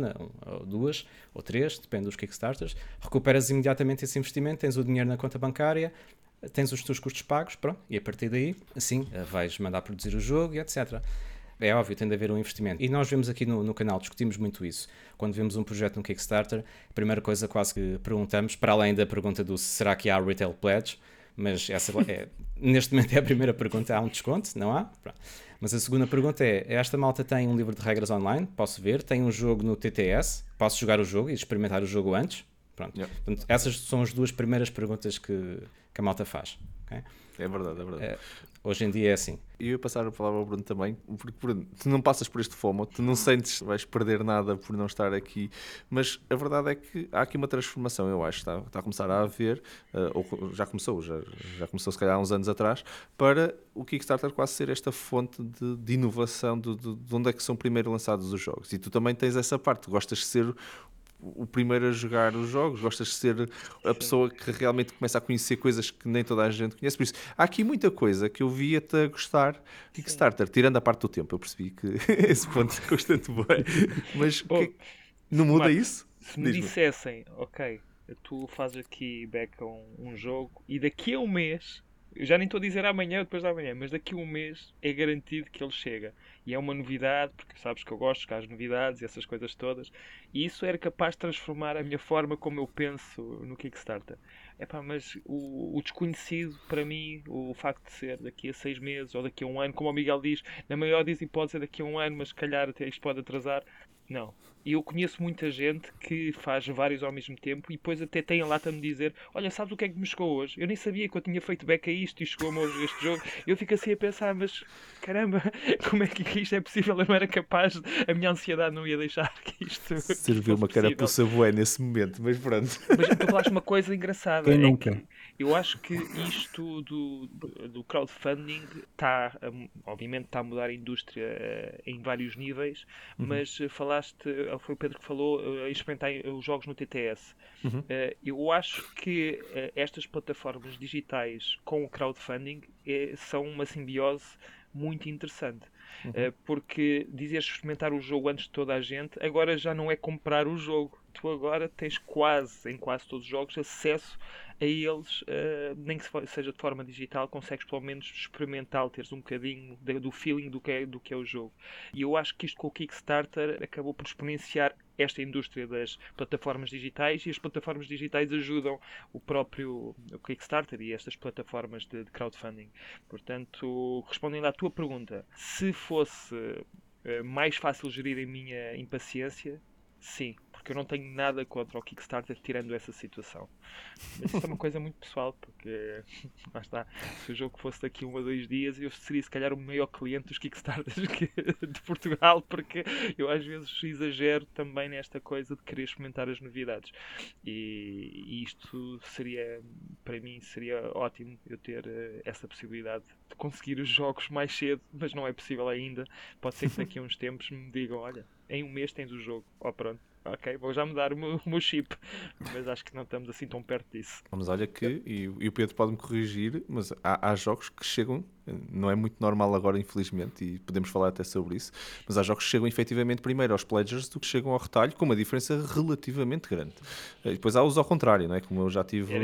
ou 2, ou 3, depende dos Kickstarters, recuperas imediatamente esse investimento, tens o dinheiro na conta bancária, tens os teus custos pagos, pronto, e a partir daí, assim, vais mandar produzir o jogo e etc. É óbvio, tem de haver um investimento. E nós vemos aqui no canal, discutimos muito isso. Quando vemos um projeto no Kickstarter, a primeira coisa quase que perguntamos, para além da pergunta do será que há retail pledge, mas essa neste momento é a primeira pergunta, há um desconto? Não há? Pronto. Mas a segunda pergunta esta malta tem um livro de regras online? Posso ver? Tem um jogo no TTS? Posso jogar o jogo e experimentar o jogo antes? Pronto. Yeah. Portanto, essas são as duas primeiras perguntas que a malta faz. Okay? É verdade. Hoje em dia é assim. E eu ia passar a palavra ao Bruno também, porque Bruno, tu não passas por este FOMO, tu não sentes que vais perder nada por não estar aqui, mas a verdade é que há aqui uma transformação, eu acho, está a começar a haver, ou já começou se calhar há uns anos atrás, para o Kickstarter quase ser esta fonte de inovação de onde é que são primeiro lançados os jogos. E tu também tens essa parte, tu gostas de ser o primeiro a jogar os jogos, gostas de ser a pessoa que realmente começa a conhecer coisas que nem toda a gente conhece. Por isso, há aqui muita coisa que eu via-te a gostar de Kickstarter, tirando a parte do tempo. Eu percebi que esse ponto é constante bem. Mas não muda isso? Se me dissessem, ok, tu fazes aqui back a um jogo e daqui a um mês, eu já nem estou a dizer amanhã ou depois da manhã, mas daqui a um mês é garantido que ele chega. E é uma novidade, porque sabes que eu gosto de novidades e essas coisas todas. E isso era capaz de transformar a minha forma como eu penso no Kickstarter. Mas o desconhecido, para mim, o facto de ser daqui a 6 meses ou daqui a um ano, como o Miguel diz, na maior das hipóteses é daqui a um ano, mas se calhar até isto pode atrasar. Não. E eu conheço muita gente que faz vários ao mesmo tempo e depois até tem a lata de me dizer: olha, sabes o que é que me chegou hoje? Eu nem sabia que eu tinha feito back a isto e chegou-me hoje este jogo. Eu fico assim a pensar: mas caramba, como é que isto é possível? Eu não era capaz, a minha ansiedade não ia deixar que isto serviu uma carapuça boa nesse momento, mas pronto. Mas tu falaste uma coisa engraçada. Quem nunca? Eu acho que isto do crowdfunding obviamente está a mudar a indústria em vários níveis, mas foi o Pedro que falou, experimentar os jogos no TTS. Eu acho que estas plataformas digitais com o crowdfunding são uma simbiose muito interessante. Porque dizeres experimentar o jogo antes de toda a gente, agora já não é comprar o jogo. Tu agora tens em quase todos os jogos, acesso a eles, nem que seja de forma digital, consegues pelo menos experimentar, teres um bocadinho do feeling do que é o jogo. E eu acho que isto com o Kickstarter acabou por exponenciar esta indústria das plataformas digitais, e as plataformas digitais ajudam o Kickstarter e estas plataformas de crowdfunding. Portanto, respondendo à tua pergunta, se fosse mais fácil gerir a minha impaciência, sim, porque eu não tenho nada contra o Kickstarter tirando essa situação. Mas isso é uma coisa muito pessoal, porque lá está, se o jogo fosse daqui a 1 a 2 dias, eu seria se calhar o maior cliente dos Kickstarters de Portugal, porque eu às vezes exagero também nesta coisa de querer experimentar as novidades. E isto seria, para mim, seria ótimo eu ter essa possibilidade de conseguir os jogos mais cedo, mas não é possível ainda. Pode ser que daqui a uns tempos me digam: olha, em um mês tens o jogo. Pronto. Ok, vou já mudar o meu chip, mas acho que não estamos assim tão perto disso. Mas olha que, e o Pedro pode-me corrigir, mas há jogos que chegam Não é muito normal agora, infelizmente, e podemos falar até sobre isso, mas há jogos que chegam efetivamente primeiro aos pledgers do que chegam ao retalho, com uma diferença relativamente grande. E depois há os ao contrário, não é? Como eu já tive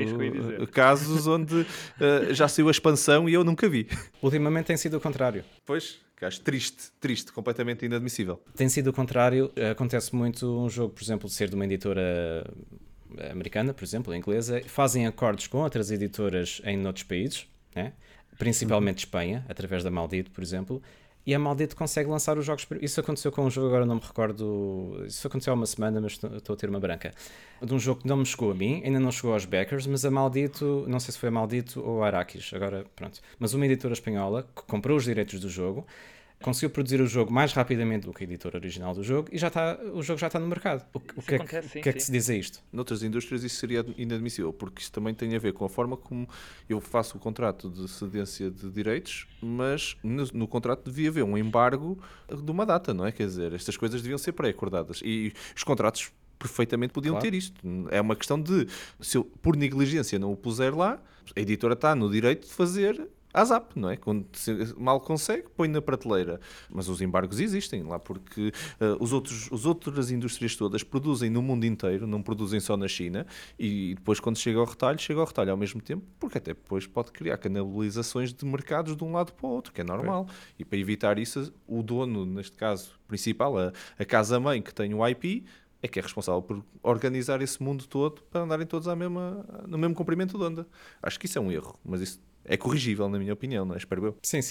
casos onde já saiu a expansão e eu nunca vi. Ultimamente tem sido o contrário. Pois, que acho triste, completamente inadmissível. Tem sido o contrário. Acontece muito um jogo, por exemplo, de ser de uma editora americana, por exemplo, inglesa, fazem acordos com outras editoras em outros países, né? Principalmente Espanha, através da Maldito, por exemplo, e a Maldito consegue lançar os jogos. Isso aconteceu com um jogo, agora não me recordo, isso aconteceu há uma semana, mas estou a ter uma branca, de um jogo que não me chegou a mim, ainda não chegou aos backers, mas a Maldito, não sei se foi a Maldito ou a Arrakis, agora pronto, mas uma editora espanhola que comprou os direitos do jogo, conseguiu produzir o jogo mais rapidamente do que a editora original do jogo e o jogo já está no mercado. O que é que se diz a isto? Noutras indústrias isso seria inadmissível, porque isso também tem a ver com a forma como eu faço o contrato de cedência de direitos, mas no contrato devia haver um embargo de uma data, não é? Quer dizer, estas coisas deviam ser pré-acordadas. E os contratos perfeitamente podiam ter isto. É uma questão de, se eu por negligência não o puser lá, a editora está no direito de fazer à zap, não é? Quando mal consegue, põe na prateleira. Mas os embargos existem lá porque as outras indústrias todas produzem no mundo inteiro, não produzem só na China, e depois quando chega ao retalho ao mesmo tempo, porque até depois pode criar canibalizações de mercados de um lado para o outro, que é normal. E para evitar isso, o dono, neste caso principal, a casa-mãe que tem o IP, é que é responsável por organizar esse mundo todo para andarem todos no mesmo comprimento de onda. Acho que isso é um erro, mas isso é corrigível, na minha opinião, não é? Espero eu. Sim,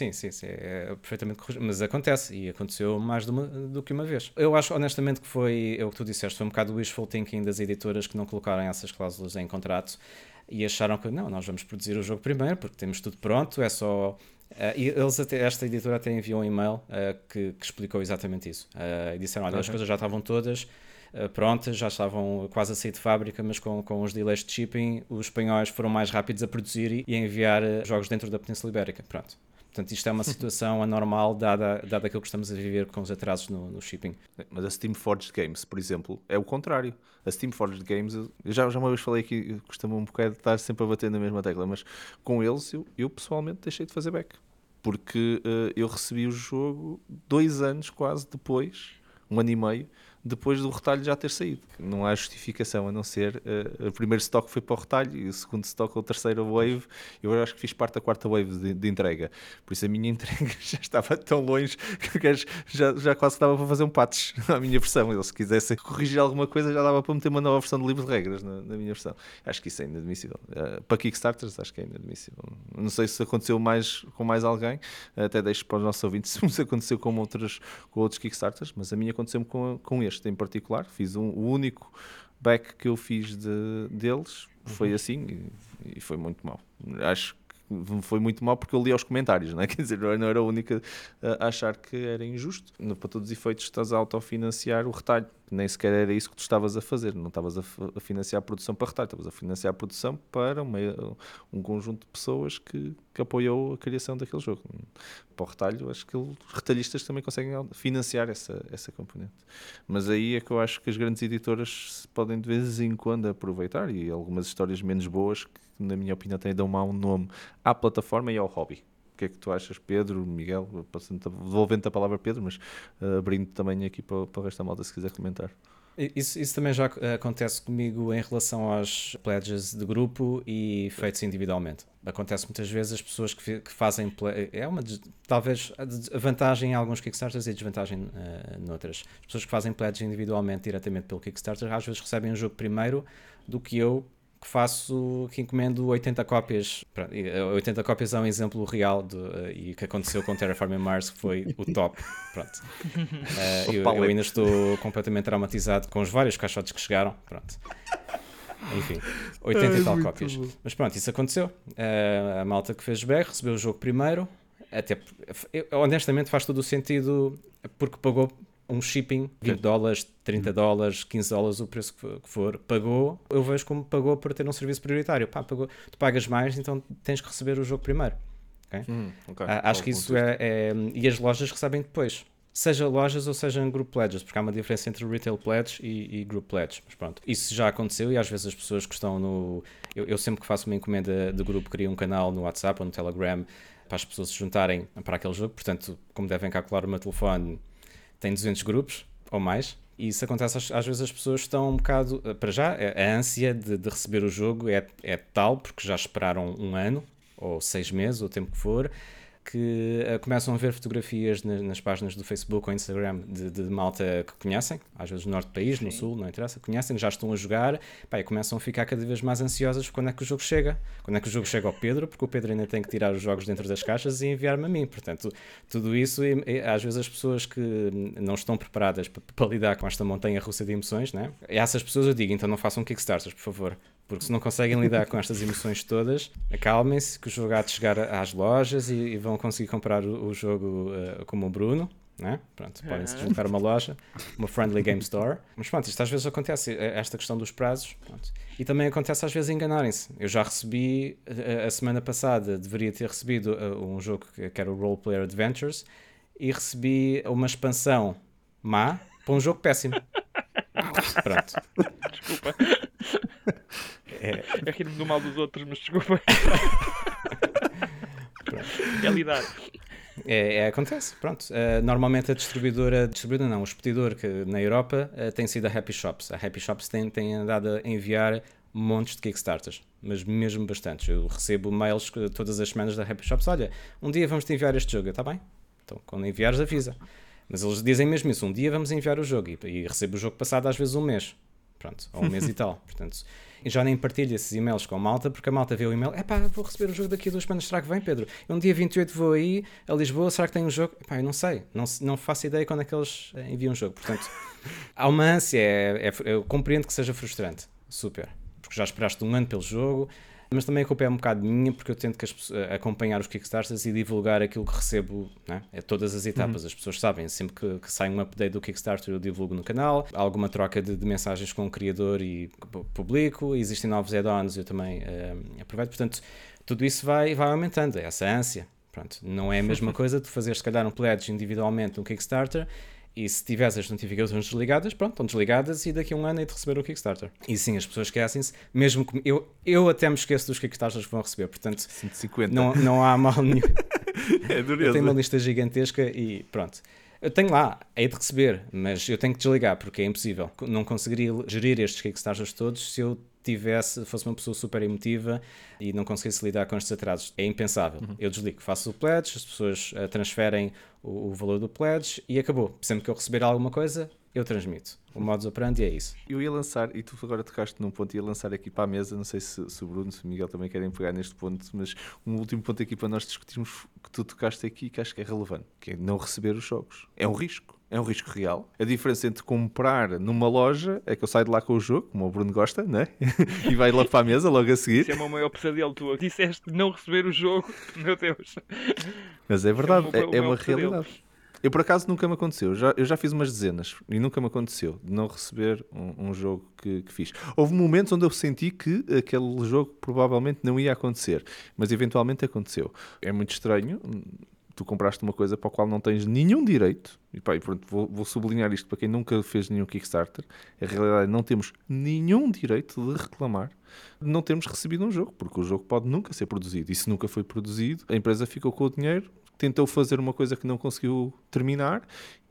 é perfeitamente corrigível, mas acontece, e aconteceu mais do que uma vez. Eu acho, honestamente, que foi, é o que tu disseste, foi um bocado o wishful thinking das editoras que não colocaram essas cláusulas em contrato e acharam que, não, nós vamos produzir o jogo primeiro, porque temos tudo pronto, é só... e esta editora até enviou um e-mail que explicou exatamente isso. E disseram, olha, as coisas já estavam todas prontas, já estavam quase a sair de fábrica, mas com os delays de shipping, os espanhóis foram mais rápidos a produzir e a enviar jogos dentro da Península Ibérica. Pronto. Portanto, isto é uma situação anormal, dada aquilo que estamos a viver com os atrasos no shipping. Mas a Steam Forged Games, por exemplo, é o contrário. A Steam Forged Games, eu já uma vez falei que costuma um bocado estar sempre a bater na mesma tecla, mas com eles eu pessoalmente deixei de fazer back. Porque eu recebi o jogo 2 anos quase depois, 1 ano e meio, depois do retalho já ter saído. Não há justificação a não ser o primeiro stock foi para o retalho e o segundo stock ou o terceiro wave. Eu acho que fiz parte da 4ª wave de entrega. Por isso a minha entrega já estava tão longe que já quase dava para fazer um patch na minha versão. Ele, se quisesse corrigir alguma coisa, já dava para meter uma nova versão de livro de regras na minha versão. Acho que isso é inadmissível. Para Kickstarters, acho que é inadmissível. Não sei se aconteceu com mais alguém. Até deixo para os nossos ouvintes se isso aconteceu com outros Kickstarters, mas a minha aconteceu-me com este em particular. Fiz o único back que eu fiz deles foi assim e foi muito mau. Acho que foi muito mau porque eu li aos comentários, não é? Quer dizer, não era a única a achar que era injusto. Para todos os efeitos estás a autofinanciar o retalho. Nem sequer era isso que tu estavas a fazer. Não estavas a financiar a produção para retalho, estavas a financiar a produção para um conjunto de pessoas que apoiou a criação daquele jogo. Para o retalho, acho que os retalhistas também conseguem financiar essa componente. Mas aí é que eu acho que as grandes editoras podem de vez em quando aproveitar, e algumas histórias menos boas que, na minha opinião, têm de dar um mau nome à plataforma e ao hobby. O que é que tu achas, Pedro, Miguel? Devolvendo-te a palavra, Pedro, mas abrindo também aqui para o resto da malta, se quiser comentar. Isso também já acontece comigo em relação aos pledges de grupo e feitos individualmente. Acontece muitas vezes as pessoas que fazem... talvez a vantagem em alguns Kickstarters e a desvantagem noutras. As pessoas que fazem pledges individualmente, diretamente pelo Kickstarter, às vezes recebem o jogo primeiro do que eu, que encomendo 80 cópias. 80 cópias é um exemplo real e que aconteceu com Terraforming Mars, que foi o top. Pronto. Eu ainda estou completamente traumatizado com os vários caixotes que chegaram. Pronto. Enfim, 80 e tal cópias. Bom. Mas pronto, isso aconteceu. A malta que fez BR recebeu o jogo primeiro. Honestamente faz todo o sentido, porque pagou um shipping, $20, $30, $15, o preço que for, pagou, eu vejo como pagou por ter um serviço prioritário. Pagou, tu pagas mais, então tens que receber o jogo primeiro. Okay? Acho que isso e as lojas recebem depois. Seja lojas ou seja em group pledges, porque há uma diferença entre retail pledge e group pledge. Mas pronto, isso já aconteceu e às vezes as pessoas que estão no... Eu sempre que faço uma encomenda de grupo, crio um canal no WhatsApp ou no Telegram para as pessoas se juntarem para aquele jogo. Portanto, como devem calcular, o meu telefone tem 200 grupos ou mais. E isso acontece, às vezes as pessoas estão um bocado... Para já, a ânsia de receber o jogo é tal, porque já esperaram 1 ano, ou 6 meses, ou o tempo que for, que começam a ver fotografias nas páginas do Facebook ou Instagram de malta que conhecem, às vezes no norte do país, no sul, não interessa, conhecem, já estão a jogar, e começam a ficar cada vez mais ansiosas quando é que o jogo chega. Quando é que o jogo chega ao Pedro, porque o Pedro ainda tem que tirar os jogos dentro das caixas e enviar-me a mim. Portanto, tudo isso, e às vezes as pessoas que não estão preparadas para lidar com esta montanha russa de emoções, né? E a essas pessoas eu digo, então não façam Kickstarters, por favor. Porque se não conseguem lidar com estas emoções todas, acalmem-se, que o jogo há de chegar às lojas e vão conseguir comprar o jogo como o Bruno, né? Pronto, podem-se deslocar a uma loja, uma friendly game store. Mas pronto, isto às vezes acontece, esta questão dos prazos. Pronto. E também acontece às vezes enganarem-se. Eu já recebi, a semana passada, deveria ter recebido um jogo que era o Role Player Adventures, e recebi uma expansão má para um jogo péssimo. Pronto. Desculpa. É rir-me do mal dos outros, mas desculpa. Realidade. Acontece, pronto. Normalmente a distribuidora não, o expedidor que na Europa tem sido a Happy Shops. A Happy Shops tem andado a enviar montes de Kickstarters, mas mesmo bastantes. Eu recebo mails todas as semanas da Happy Shops, olha, um dia vamos te enviar este jogo, está bem? Então quando enviares avisa. Mas eles dizem mesmo isso, um dia vamos enviar o jogo, e recebo o jogo passado às vezes 1 mês. Pronto, ou 1 mês e tal. Portanto, e já nem partilho esses e-mails com a malta, porque a malta vê o e-mail, vou receber o jogo daqui a 2 semanas, será que vem, Pedro? Eu um dia 28 vou aí a Lisboa, será que tem um jogo? Eu não sei, não faço ideia quando é que eles enviam um jogo. Portanto, há uma ânsia, eu compreendo que seja frustrante, super, porque já esperaste 1 ano pelo jogo, mas também a culpa é um bocado minha, porque eu tento acompanhar os Kickstarters e divulgar aquilo que recebo, né? Todas as etapas. As pessoas sabem, sempre que sai um update do Kickstarter eu divulgo no canal, há alguma troca de mensagens com o criador e publico, existem novos add-ons, eu também aproveito. Portanto, tudo isso vai aumentando, essa ânsia. Pronto, não é a mesma coisa de fazer se calhar um pledge individualmente um Kickstarter, e se tiveres as notificações desligadas, pronto, estão desligadas e daqui a 1 ano é de receber o Kickstarter. E sim, as pessoas esquecem-se, mesmo que eu até me esqueço dos Kickstarters que vão receber, portanto 150. não há mal nenhum. É dureza. Eu tenho uma lista gigantesca e pronto. Eu tenho lá, hei de receber, mas eu tenho que desligar porque é impossível. Não conseguiria gerir estes Kickstarters todos se eu fosse uma pessoa super emotiva e não conseguisse lidar com estes atrasos. É impensável. Eu desligo, faço o pledge, as pessoas transferem o valor do pledge e acabou. Sempre que eu receber alguma coisa, eu transmito. O modus operandi é isso. Eu ia lançar, e tu agora tocaste num ponto, ia lançar aqui para a mesa, não sei se o Bruno, se o Miguel também querem pegar neste ponto, mas um último ponto aqui para nós discutirmos que tu tocaste aqui, que acho que é relevante, que é não receber os jogos. É um risco. É um risco real. A diferença entre comprar numa loja é que eu saio de lá com o jogo, como o Bruno gosta, né? E vai logo para a mesa, logo a seguir. Isso é o meu maior pesadelo. Tu disseste não receber o jogo, meu Deus. Mas é verdade, é uma realidade. Eu, por acaso, nunca me aconteceu. Eu já fiz umas dezenas e nunca me aconteceu de não receber um jogo que fiz. Houve momentos onde eu senti que aquele jogo provavelmente não ia acontecer, mas eventualmente aconteceu. É muito estranho. Tu compraste uma coisa para a qual não tens nenhum direito, e pronto, vou sublinhar isto para quem nunca fez nenhum Kickstarter. A realidade é que não temos nenhum direito de reclamar de não termos recebido um jogo, porque o jogo pode nunca ser produzido, e se nunca foi produzido, a empresa ficou com o dinheiro, tentou fazer uma coisa que não conseguiu terminar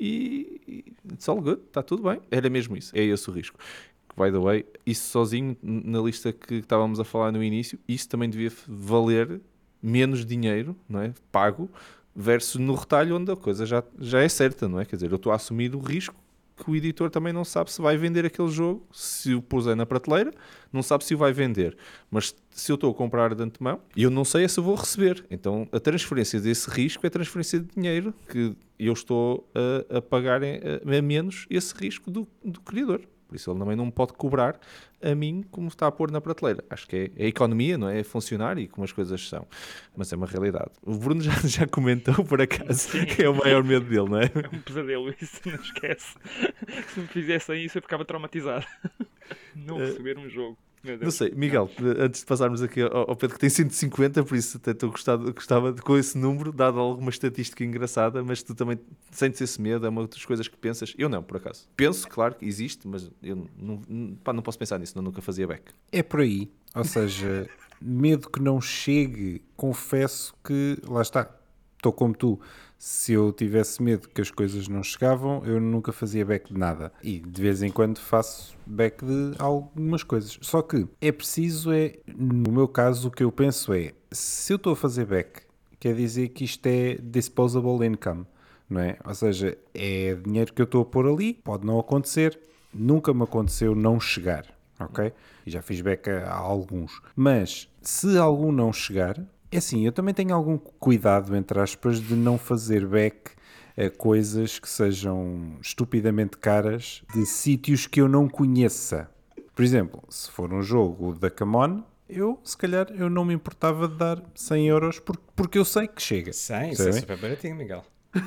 e it's all good, está tudo bem. Era mesmo isso, é esse o risco. By the way, isso sozinho, na lista que estávamos a falar no início, isso também devia valer menos dinheiro, não é? Pago, versus no retalho onde a coisa já é certa, não é? Quer dizer, eu estou a assumir o risco que o editor também não sabe se vai vender aquele jogo, se o puser na prateleira, não sabe se o vai vender. Mas se eu estou a comprar de antemão, eu não sei se eu vou receber. Então a transferência desse risco é transferência de dinheiro que eu estou a pagar a menos esse risco do criador. Por isso ele também não me pode cobrar a mim como está a pôr na prateleira. Acho que é a economia, não é? É funcionar e como as coisas são. Mas é uma realidade. O Bruno já comentou, por acaso, que é o maior medo dele, não é? É um pesadelo isso, não esquece. Se me fizessem isso eu ficava traumatizado. Não receber um jogo. Não sei, Miguel, antes de passarmos aqui ao Pedro, que tem 150, por isso até gostava com esse número, dado alguma estatística engraçada, mas tu também sentes esse medo, é uma das coisas que pensas. Eu não, por acaso. Penso, claro, que existe, mas eu não posso pensar nisso, não nunca fazia back. É por aí, ou seja, Medo que não chegue, confesso que, lá está, estou como tu. Se eu tivesse medo que as coisas não chegavam, eu nunca fazia back de nada. E de vez em quando faço back de algumas coisas. Só que é preciso, no meu caso, o que eu penso é, se eu estou a fazer back, quer dizer que isto é disposable income, não é? Ou seja, é dinheiro que eu estou a pôr ali, pode não acontecer, nunca me aconteceu não chegar, ok? E já fiz back a alguns. Mas, se algum não chegar... É assim, eu também tenho algum cuidado, entre aspas, de não fazer back a coisas que sejam estupidamente caras de sítios que eu não conheça. Por exemplo, se for um jogo da Camon, se calhar, eu não me importava de dar 100 euros porque eu sei que chega. 100? Isso é super baratinho, Miguel.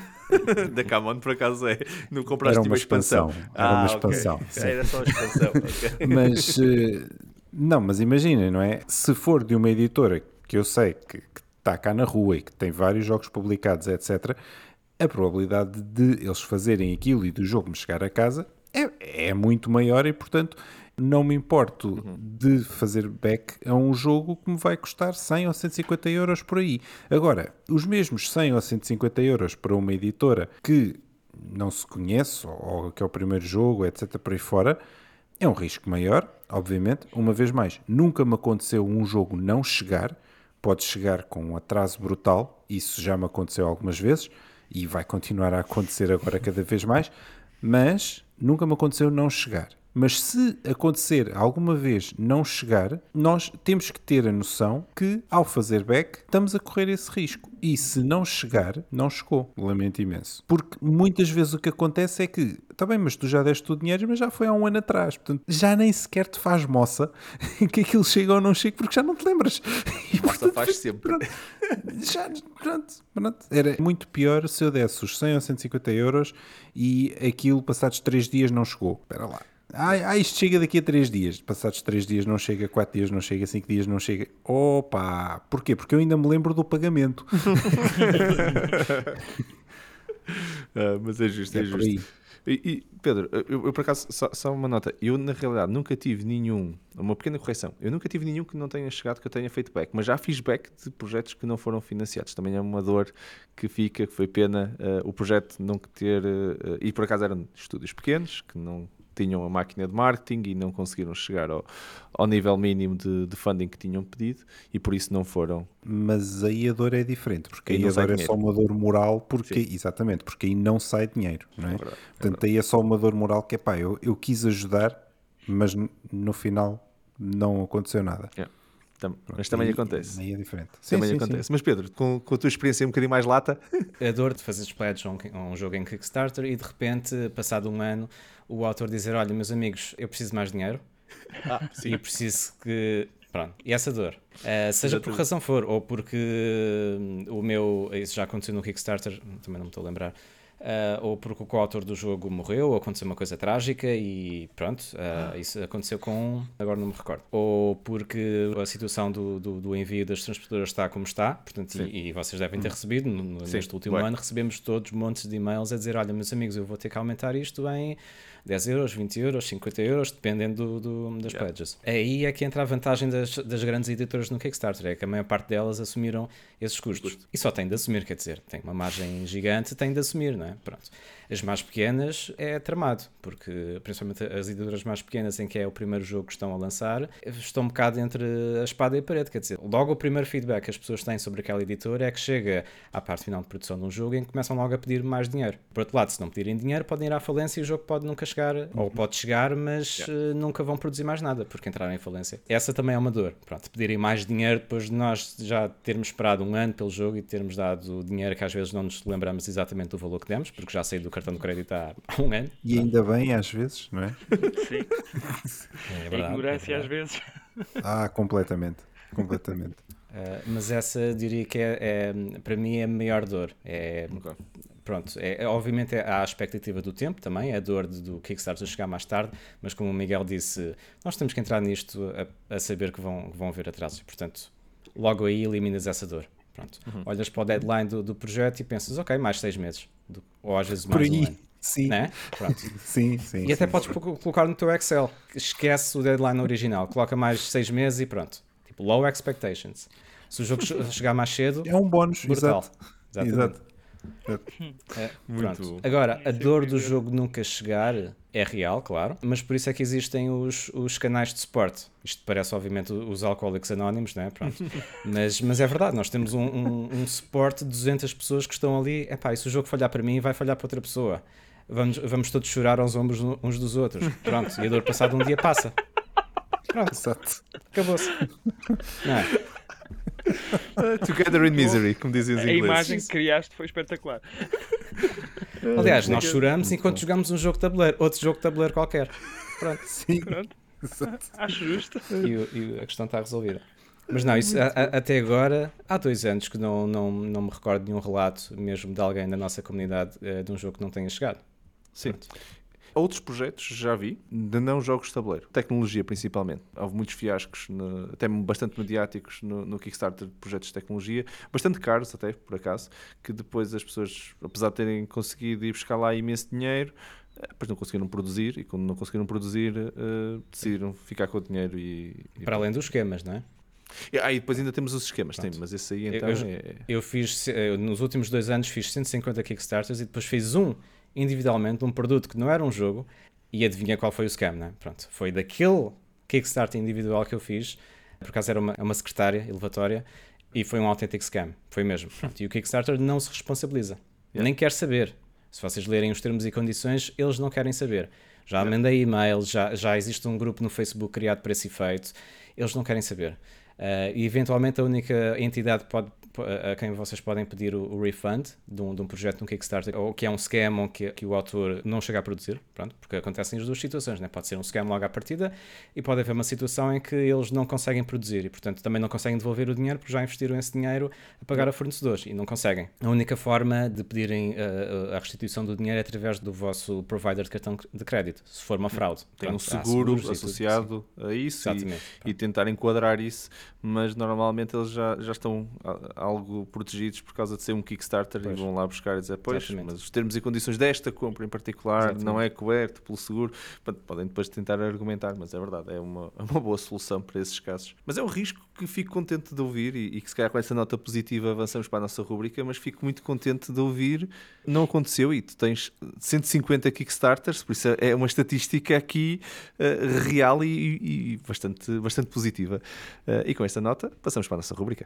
Da Camon, por acaso, não compraste Era uma expansão. Era uma expansão. Okay. Era só a expansão. Okay. Mas, não, mas imaginem, não é? Se for de uma editora que eu sei que está cá na rua e que tem vários jogos publicados, etc., a probabilidade de eles fazerem aquilo e do jogo me chegar a casa é muito maior e, portanto, não me importo de fazer back a um jogo que me vai custar 100 ou 150 euros por aí. Agora, os mesmos 100 ou 150 euros para uma editora que não se conhece, ou que é o primeiro jogo, etc., por aí fora, é um risco maior, obviamente. Uma vez mais, nunca me aconteceu um jogo não chegar. Pode chegar com um atraso brutal, isso já me aconteceu algumas vezes e vai continuar a acontecer agora cada vez mais, mas nunca me aconteceu não chegar. Mas se acontecer alguma vez não chegar, nós temos que ter a noção que, ao fazer back, estamos a correr esse risco. E se não chegar, não chegou. Lamento imenso. Porque muitas vezes o que acontece é que, está bem, mas tu já deste o dinheiro, mas já foi há um ano atrás. Portanto, já nem sequer te faz moça que aquilo chega ou não chega, porque já não te lembras. E, portanto, faz sempre. Pronto. Era muito pior se eu desse os 100 ou 150 euros e aquilo, passados 3 dias, não chegou. Espera lá. Isto chega daqui a 3 dias. Passados 3 dias não chega, 4 dias não chega, 5 dias não chega. Opa! Porquê? Porque eu ainda me lembro do pagamento. Mas é justo, é justo. E Pedro, eu por acaso, só uma nota, eu na realidade nunca tive uma pequena correção, eu nunca tive nenhum que não tenha chegado, que eu tenha feito back, mas já fiz back de projetos que não foram financiados, também é uma dor que fica, que foi pena o projeto não ter, e por acaso eram estúdios pequenos, que não tinham a máquina de marketing e não conseguiram chegar ao nível mínimo de funding que tinham pedido e por isso não foram. Mas aí a dor é diferente, porque aí a dor é só uma dor moral, exatamente, porque aí não sai dinheiro, não é? Portanto, aí é só uma dor moral que eu quis ajudar, mas no final não aconteceu nada. Mas também acontece. Aí é diferente. Também acontece. Sim. Mas Pedro, com a tua experiência um bocadinho mais lata... A dor de fazer pledge a um jogo em Kickstarter e de repente, passado um ano, o autor dizer, olha, meus amigos, eu preciso de mais dinheiro e preciso que... Pronto, e essa dor, seja por que razão for, ou porque isso já aconteceu no Kickstarter, também não me estou a lembrar, ou porque o coautor do jogo morreu, ou aconteceu uma coisa trágica e pronto, isso aconteceu agora não me recordo, ou porque a situação do envio das transportadoras está como está, portanto, e vocês devem ter recebido, neste último ano recebemos todos montes de e-mails a dizer, olha meus amigos, eu vou ter que aumentar isto em 10 euros, 20 euros, 50 euros, dependendo das pledges. Aí é que entra a vantagem das grandes editoras no Kickstarter, é que a maior parte delas assumiram esses custos. E só tem de assumir, quer dizer, tem uma margem gigante, tem de assumir, não é? Pronto. As mais pequenas é tramado, porque principalmente as editoras mais pequenas em que é o primeiro jogo que estão a lançar, estão um bocado entre a espada e a parede, quer dizer, logo o primeiro feedback que as pessoas têm sobre aquela editora é que chega à parte final de produção de um jogo em que começam logo a pedir mais dinheiro. Por outro lado, se não pedirem dinheiro, podem ir à falência e o jogo pode nunca chegar, ou pode chegar, mas nunca vão produzir mais nada, porque entraram em falência. Essa também é uma dor. Pronto, pedirem mais dinheiro depois de nós já termos esperado um ano pelo jogo e termos dado dinheiro que às vezes não nos lembramos exatamente do valor que demos, porque já saiu do cartão de crédito há um ano. E ainda bem, às vezes, não é? Sim. É verdade, ignorância às vezes. Completamente. Mas essa diria que para mim é a maior dor. Pronto, obviamente há a expectativa do tempo também, é a dor do Kickstarter chegar mais tarde, mas como o Miguel disse, nós temos que entrar nisto a saber que vão haver atrasos, portanto, logo aí eliminas essa dor. Pronto. Olhas para o deadline do projeto e pensas, ok, mais 6 meses, ou às vezes mais um ano. Sim. Né? Pronto. Sim. E até podes colocar no teu Excel, esquece o deadline original, coloca mais 6 meses e pronto. Low expectations. Se o jogo chegar mais cedo, É um bónus, brutal. Exatamente. Exato. Pronto. Agora, a dor do jogo nunca chegar é real, claro, mas por isso é que existem os canais de suporte. Isto parece, obviamente, os alcoólicos anónimos, não é? Pronto. Mas é verdade, nós temos um suporte de 200 pessoas que estão ali. Epá, e se o jogo falhar para mim, vai falhar para outra pessoa. Vamos todos chorar aos ombros uns dos outros. Pronto, e a dor passada um dia passa. Pronto, Exato. acabou-se. Não é? Together in misery, como dizem os A ingleses. imagem que criaste foi espetacular. Aliás, nós choramos enquanto jogamos um jogo de tabuleiro, outro jogo de tabuleiro qualquer. Pronto. Sim. Pronto. Exato. Acho justo. E a questão está resolvida. Mas não, isso até agora, há 2 anos que não me recordo de nenhum relato, mesmo de alguém da nossa comunidade, de um jogo que não tenha chegado. Sim. Outros projetos já vi, de não jogos de tabuleiro, tecnologia principalmente. Houve muitos fiascos, até bastante mediáticos no Kickstarter de projetos de tecnologia, bastante caros até, por acaso, que depois as pessoas, apesar de terem conseguido ir buscar lá imenso dinheiro, depois não conseguiram produzir, e quando não conseguiram produzir, decidiram ficar com o dinheiro Para além dos esquemas, não é? E depois ainda temos os esquemas, tem, mas esse aí então Eu fiz, nos últimos 2 anos fiz 150 Kickstarters e depois fiz individualmente de um produto que não era um jogo, e adivinha qual foi o scam, não é? Pronto, foi daquele Kickstarter individual que eu fiz, por acaso era uma secretária elevatória, e foi um autêntico scam, foi mesmo. Pronto, e o Kickstarter não se responsabiliza, nem quer saber. Se vocês lerem os termos e condições, eles não querem saber. Já mandei e-mails, já existe um grupo no Facebook criado para esse efeito, eles não querem saber. E eventualmente a única entidade a quem vocês podem pedir o refund de um projeto no Kickstarter, ou que é um scam ou que o autor não chega a produzir, pronto, porque acontecem as duas situações, né? Pode ser um scam logo à partida e pode haver uma situação em que eles não conseguem produzir e portanto também não conseguem devolver o dinheiro porque já investiram esse dinheiro a pagar a fornecedores e não conseguem. A única forma de pedirem a restituição do dinheiro é através do vosso provider de cartão de crédito, se for uma fraude. Tem Pronto, um seguro associado a isso e tentar enquadrar isso, mas normalmente eles já estão algo protegidos por causa de ser um Kickstarter e vão lá buscar e dizer, mas os termos e condições desta compra em particular não é coberto pelo seguro. Podem depois tentar argumentar, mas é verdade, é uma boa solução para esses casos. Mas é um risco que fico contente de ouvir e que se calhar com essa nota positiva avançamos para a nossa rubrica, mas fico muito contente de ouvir. Não aconteceu e tu tens 150 Kickstarters, por isso é uma estatística aqui real e bastante positiva. E com esta nota passamos para a nossa rubrica.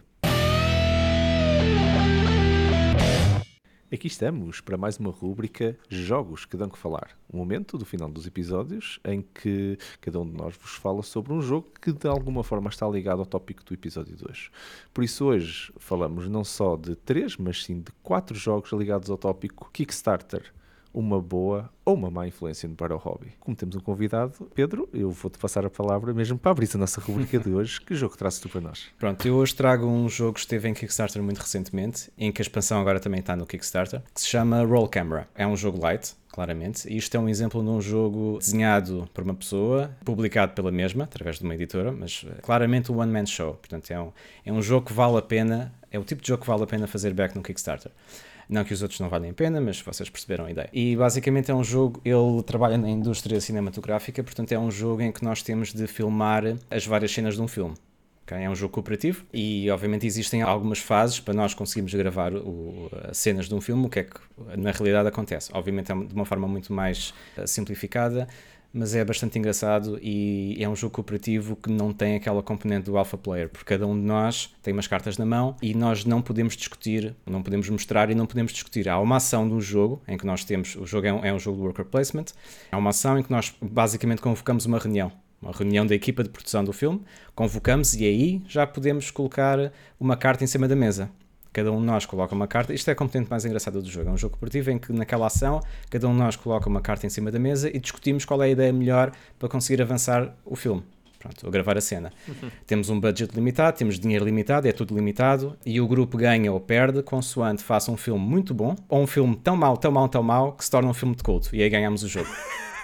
Aqui estamos para mais uma rúbrica Jogos que dão que falar. Um momento do final dos episódios em que cada um de nós vos fala sobre um jogo que de alguma forma está ligado ao tópico do episódio de hoje. Por isso hoje falamos não só de 3, mas sim de 4 jogos ligados ao tópico Kickstarter. Uma boa ou uma má influência para o hobby. Como temos um convidado, Pedro, eu vou-te passar a palavra mesmo para abrir a nossa rubrica de hoje. Que jogo trazes tu para nós? Pronto, eu hoje trago um jogo que esteve em Kickstarter muito recentemente, em que a expansão agora também está no Kickstarter, que se chama Roll Camera. É um jogo light, claramente, e isto é um exemplo de um jogo desenhado por uma pessoa, publicado pela mesma, através de uma editora, mas claramente um one-man show. Portanto, é um jogo que vale a pena, é o tipo de jogo que vale a pena fazer back no Kickstarter. Não que os outros não valem a pena, mas vocês perceberam a ideia. E basicamente é um jogo, ele trabalha na indústria cinematográfica, portanto é um jogo em que nós temos de filmar as várias cenas de um filme. Okay? É um jogo cooperativo e obviamente existem algumas fases para nós conseguirmos gravar as cenas de um filme, o que é que na realidade acontece. Obviamente é de uma forma muito mais simplificada, mas é bastante engraçado e é um jogo cooperativo que não tem aquela componente do alpha player, porque cada um de nós tem umas cartas na mão e nós não podemos discutir, não podemos mostrar e não podemos discutir. Há uma ação do jogo em que nós temos, o jogo é um jogo de worker placement, há uma ação em que nós basicamente convocamos uma reunião da equipa de produção do filme, convocamos e aí já podemos colocar uma carta em cima da mesa. Cada um de nós coloca uma carta, isto é a componente mais engraçada do jogo, é um jogo cooperativo em que naquela ação cada um de nós coloca uma carta em cima da mesa e discutimos qual é a ideia melhor para conseguir avançar o filme, pronto, ou gravar a cena. Temos um budget limitado, temos dinheiro limitado, é tudo limitado e o grupo ganha ou perde consoante faça um filme muito bom ou um filme tão mau que se torna um filme de culto e aí ganhamos o jogo.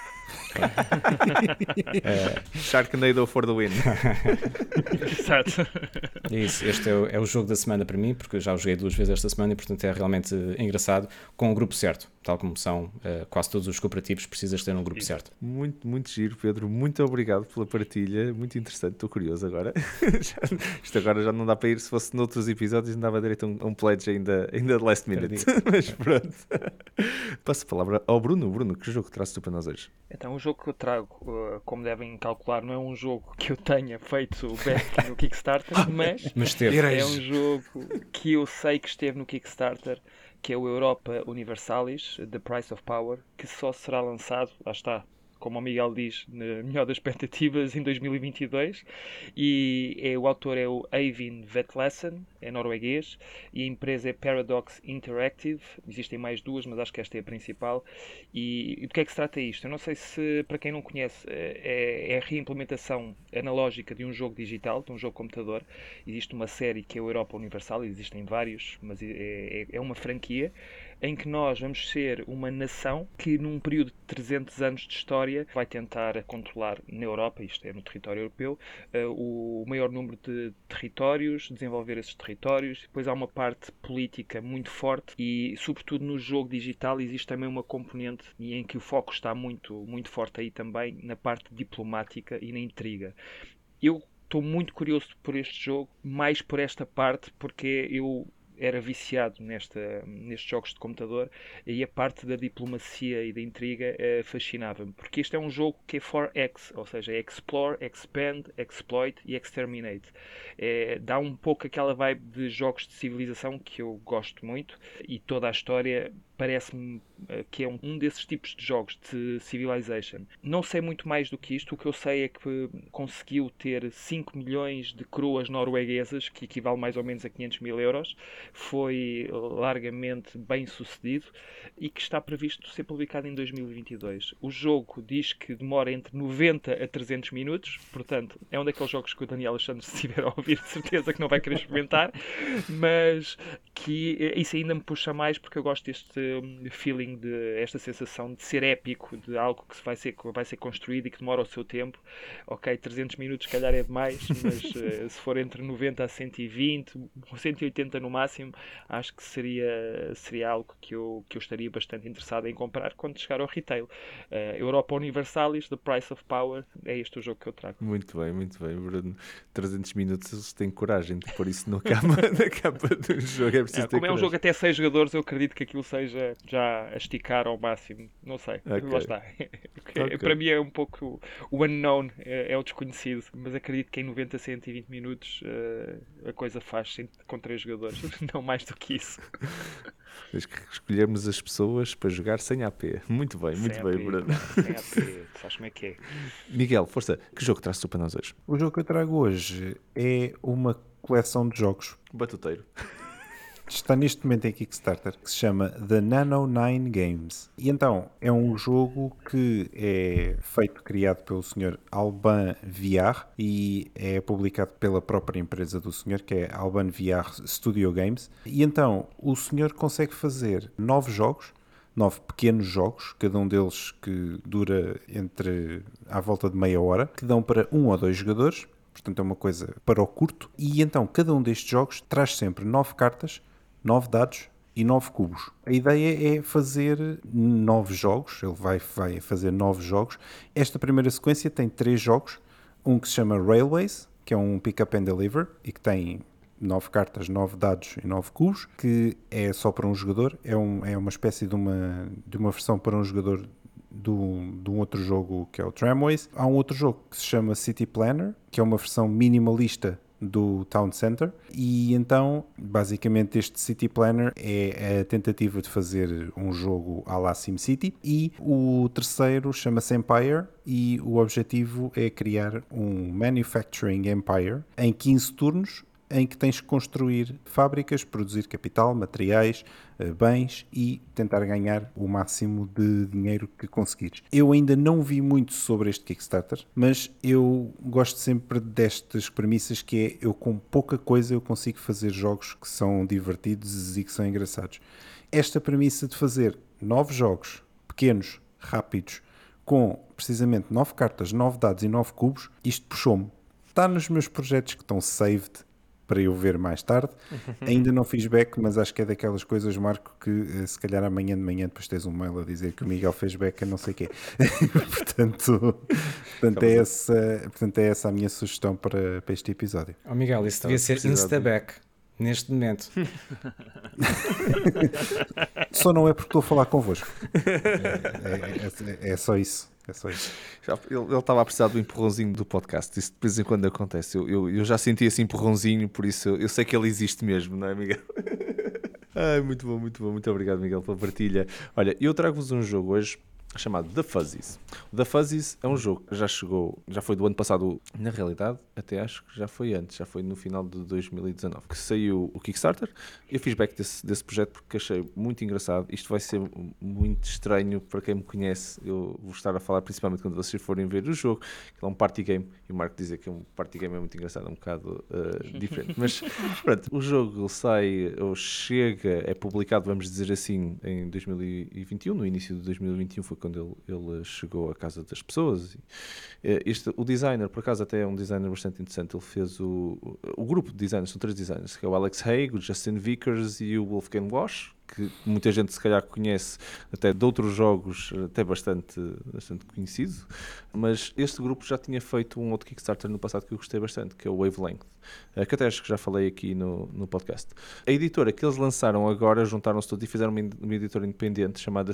Sharknado for the win. Exato. Isso, este é o jogo da semana para mim, porque eu já o joguei 2 vezes esta semana e portanto é realmente engraçado com o grupo certo. tal como são quase todos os cooperativos, precisas ter um grupo certo. Muito, muito giro, Pedro. Muito obrigado pela partilha. Muito interessante. Estou curioso agora. Isto agora já não dá para ir. Se fosse noutros episódios, não dava direito a um pledge ainda de last minute. Mas pronto. Passo a palavra ao Bruno. Bruno, que jogo trazes tu para nós hoje? Então, o jogo que eu trago, como devem calcular, não é um jogo que eu tenha feito back no Kickstarter, mas é um jogo que eu sei que esteve no Kickstarter, que é o Europa Universalis, The Price of Power, que só será lançado, lá está, como o Miguel diz, na melhor das expectativas, em 2022. E o autor é o Eivind Vetlesen, é norueguês, e a empresa é Paradox Interactive. Existem mais duas, mas acho que esta é a principal. E do que é que se trata isto? Eu não sei se, para quem não conhece, é a reimplementação analógica de um jogo digital, de um jogo computador. Existe uma série que é o Europa Universal, existem vários, mas é uma franquia, em que nós vamos ser uma nação que, num período de 300 anos de história, vai tentar controlar na Europa, isto é, no território europeu, o maior número de territórios, desenvolver esses territórios. Depois há uma parte política muito forte e, sobretudo no jogo digital, existe também uma componente em que o foco está muito, muito forte aí também, na parte diplomática e na intriga. Eu estou muito curioso por este jogo, mais por esta parte, porque eu era viciado nestes jogos de computador e a parte da diplomacia e da intriga fascinava-me, porque este é um jogo que é 4X, ou seja, é Explore, Expand, Exploit e Exterminate. Dá um pouco aquela vibe de jogos de civilização que eu gosto muito, e toda a história parece-me que é um desses tipos de jogos de Civilization. Não sei muito mais do que isto. O que eu sei é que conseguiu ter 5 milhões de coroas norueguesas, que equivale mais ou menos a 500 mil euros. Foi largamente bem sucedido e que está previsto ser publicado em 2022. O jogo diz que demora entre 90 a 300 minutos, portanto é um daqueles jogos que o Daniel Alexandre, se estiver a ouvir, de certeza que não vai querer experimentar, mas que isso ainda me puxa mais, porque eu gosto deste feeling, esta sensação de ser épico, de algo que vai ser construído e que demora o seu tempo. Ok, 300 minutos se calhar é demais, mas se for entre 90 a 120, 180 no máximo, acho que seria algo que eu estaria bastante interessado em comprar quando chegar ao retail. Europa Universalis, The Price of Power, é este o jogo que eu trago. Muito bem, Bruno. 300 minutos, eles têm coragem de pôr isso na capa do jogo. É preciso ter como é um jogo até 6 jogadores, eu acredito que aquilo seja já a esticar ao máximo. Não sei, lá está. Para mim é um pouco o unknown, é o desconhecido, mas acredito que em 90 a 120 minutos a coisa faz com 3 jogadores, não mais do que isso. Tens que escolhermos as pessoas para jogar sem AP. Muito bem, Bruno. Sem AP, sabes como é que é? Miguel, força, que jogo trazes tu para nós hoje? O jogo que eu trago hoje é uma coleção de jogos. Batuteiro. Está neste momento em Kickstarter, que se chama The Nano 9 Games. E então, é um jogo que é criado pelo Sr. Alban Viar e é publicado pela própria empresa do senhor, que é Alban Viar Studio Games. E então, o senhor consegue fazer 9 pequenos jogos, cada um deles que dura à volta de meia hora, que dão para 1 ou 2 jogadores. Portanto, é uma coisa para o curto. E então, cada um destes jogos traz sempre 9 cartas, 9 dados e 9 cubos. A ideia é fazer 9 jogos, ele vai fazer 9 jogos. Esta primeira sequência tem 3 jogos, um que se chama Railways, que é um pick-up and deliver e que tem 9 cartas, 9 dados e 9 cubos, que é só para um jogador, é uma espécie de uma versão para um jogador de um outro jogo que é o Tramways. Há um outro jogo que se chama City Planner, que é uma versão minimalista do Town Center, e então basicamente este City Planner é a tentativa de fazer um jogo à la SimCity, e o terceiro chama-se Empire e o objetivo é criar um Manufacturing Empire em 15 turnos, em que tens que construir fábricas, produzir capital, materiais, bens e tentar ganhar o máximo de dinheiro que conseguires. Eu ainda não vi muito sobre este Kickstarter, mas eu gosto sempre destas premissas, que é eu com pouca coisa eu consigo fazer jogos que são divertidos e que são engraçados. Esta premissa de fazer 9 jogos pequenos, rápidos, com precisamente 9 cartas, 9 dados e 9 cubos, isto puxou-me. Está nos meus projetos que estão saved para eu ver mais tarde. Ainda não fiz back, mas acho que é daquelas coisas, Marco, que se calhar amanhã de manhã depois tens um mail a dizer que o Miguel fez back a não sei o quê. portanto, é essa a minha sugestão para este episódio. Oh, Miguel, isso devia ser Instaback neste momento. Só não é porque estou a falar convosco. É só isso. É só isso. Ele estava a precisar do empurrãozinho do podcast. Isso de vez em quando acontece. Eu já senti esse empurrãozinho, por isso eu sei que ele existe mesmo, não é, Miguel? Ai, muito bom, muito bom. Muito obrigado, Miguel, pela partilha. Olha, eu trago-vos um jogo hoje chamado The Fuzzies. O The Fuzzies é um jogo que já foi do ano passado, na realidade, até acho que já foi antes, já foi no final de 2019, que saiu o Kickstarter. Eu fiz back desse projeto porque achei muito engraçado. Isto vai ser muito estranho para quem me conhece. Eu vou estar a falar principalmente quando vocês forem ver o jogo, que é um party game, e o Marco dizer que um party game é muito engraçado, é um bocado diferente. Mas pronto, o jogo sai, ou chega, é publicado, vamos dizer assim, em 2021, no início de 2021 foi quando ele chegou à casa das pessoas. O designer, por acaso, até é um designer bastante interessante. Ele fez o grupo de designers, são 3 designers, que é o Alex Haig, o Justin Vickers e o Wolfgang Wash, que muita gente se calhar conhece até de outros jogos, até bastante conhecido, mas este grupo já tinha feito um outro Kickstarter no passado que eu gostei bastante, que é o Wavelength, que até acho que já falei aqui no podcast. A editora que eles lançaram agora, juntaram-se todos e fizeram uma editora independente chamada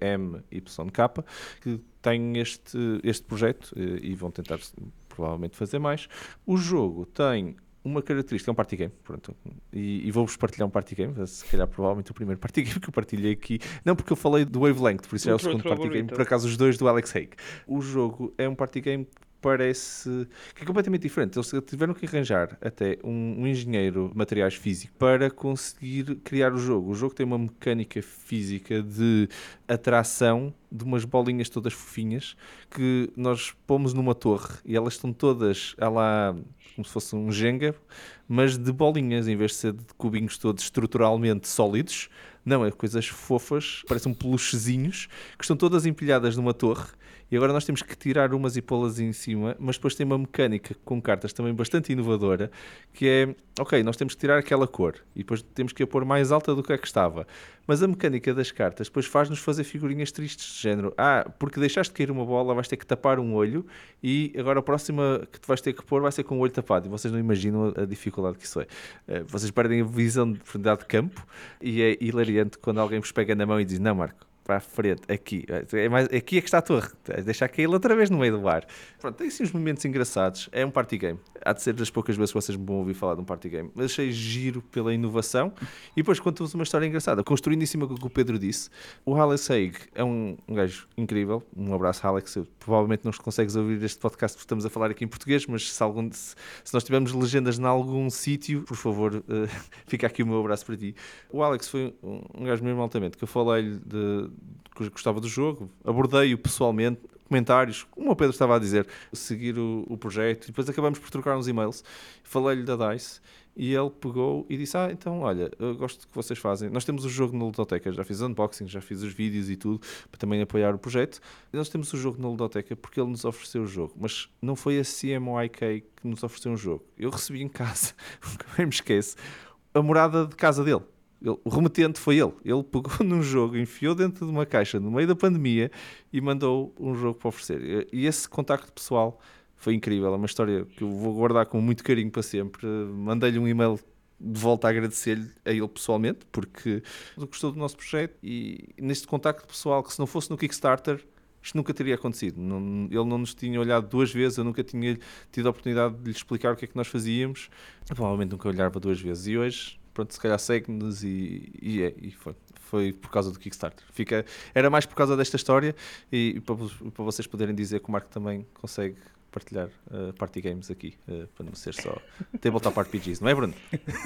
CMYK, que tem este projeto e vão tentar provavelmente fazer mais. O jogo tem uma característica, é um party game, pronto, e vou-vos partilhar um party game, se calhar provavelmente o primeiro party game que eu partilhei aqui, não porque eu falei do Wavelength, por isso é o segundo party game, por acaso os dois do Alex Haig. O jogo é um party game que parece que é completamente diferente. Eles tiveram que arranjar até um engenheiro de materiais físicos para conseguir criar o jogo. O jogo tem uma mecânica física de atração de umas bolinhas todas fofinhas que nós pomos numa torre e elas estão todas lá como se fosse um Jenga, mas de bolinhas, em vez de ser de cubinhos todos estruturalmente sólidos. Não, é coisas fofas, parecem peluchezinhos, que estão todas empilhadas numa torre. E agora nós temos que tirar umas e pô-las em cima, mas depois tem uma mecânica com cartas também bastante inovadora, que é, ok, nós temos que tirar aquela cor e depois temos que a pôr mais alta do que a que estava. Mas a mecânica das cartas depois faz-nos fazer figurinhas tristes, de género, porque deixaste de cair uma bola, vais ter que tapar um olho e agora a próxima que tu vais ter que pôr vai ser com o olho tapado. E vocês não imaginam a dificuldade que isso é. Vocês perdem a visão de profundidade de campo e é hilariante quando alguém vos pega na mão e diz, não, Marco, para a frente, aqui é que está a torre, deixar caí-la outra vez no meio do ar. Pronto, tem assim uns momentos engraçados, é um party game, há de ser das poucas vezes que vocês me vão ouvir falar de um party game, mas achei giro pela inovação e depois conto-vos uma história engraçada, construindo em cima do que o Pedro disse. O Alex Haig é um gajo incrível, um abraço Alex, provavelmente não consegues ouvir este podcast porque estamos a falar aqui em português, mas se nós tivermos legendas em algum sítio, por favor, fica aqui o meu abraço para ti. O Alex foi um gajo mesmo altamente, que eu falei-lhe que gostava do jogo, abordei-o pessoalmente, comentários, como o Pedro estava a dizer, seguir o projeto, e depois acabamos por trocar uns e-mails, falei-lhe da DICE, e ele pegou e disse, então, olha, eu gosto do que vocês fazem, nós temos o jogo na Ludoteca, já fiz unboxing, já fiz os vídeos e tudo, para também apoiar o projeto, e nós temos o jogo na Ludoteca porque ele nos ofereceu o jogo, mas não foi a CMYK que nos ofereceu um jogo, eu recebi em casa, nunca me esqueço, a morada de casa dele. O remetente foi ele pegou num jogo, enfiou dentro de uma caixa no meio da pandemia e mandou um jogo para oferecer. E esse contacto pessoal foi incrível, é uma história que eu vou guardar com muito carinho para sempre. Mandei-lhe um e-mail de volta a agradecer-lhe a ele pessoalmente, porque gostou do nosso projeto e neste contacto pessoal, que se não fosse no Kickstarter, isto nunca teria acontecido. Ele não nos tinha olhado 2 vezes, eu nunca tinha tido a oportunidade de lhe explicar o que é que nós fazíamos, eu, provavelmente nunca olhava 2 vezes. E hoje, pronto, se calhar segue-nos e foi por causa do Kickstarter. Era mais por causa desta história e para vocês poderem dizer que o Marco também consegue partilhar party games aqui, para não ser só tabletop RPGs, não é, Bruno?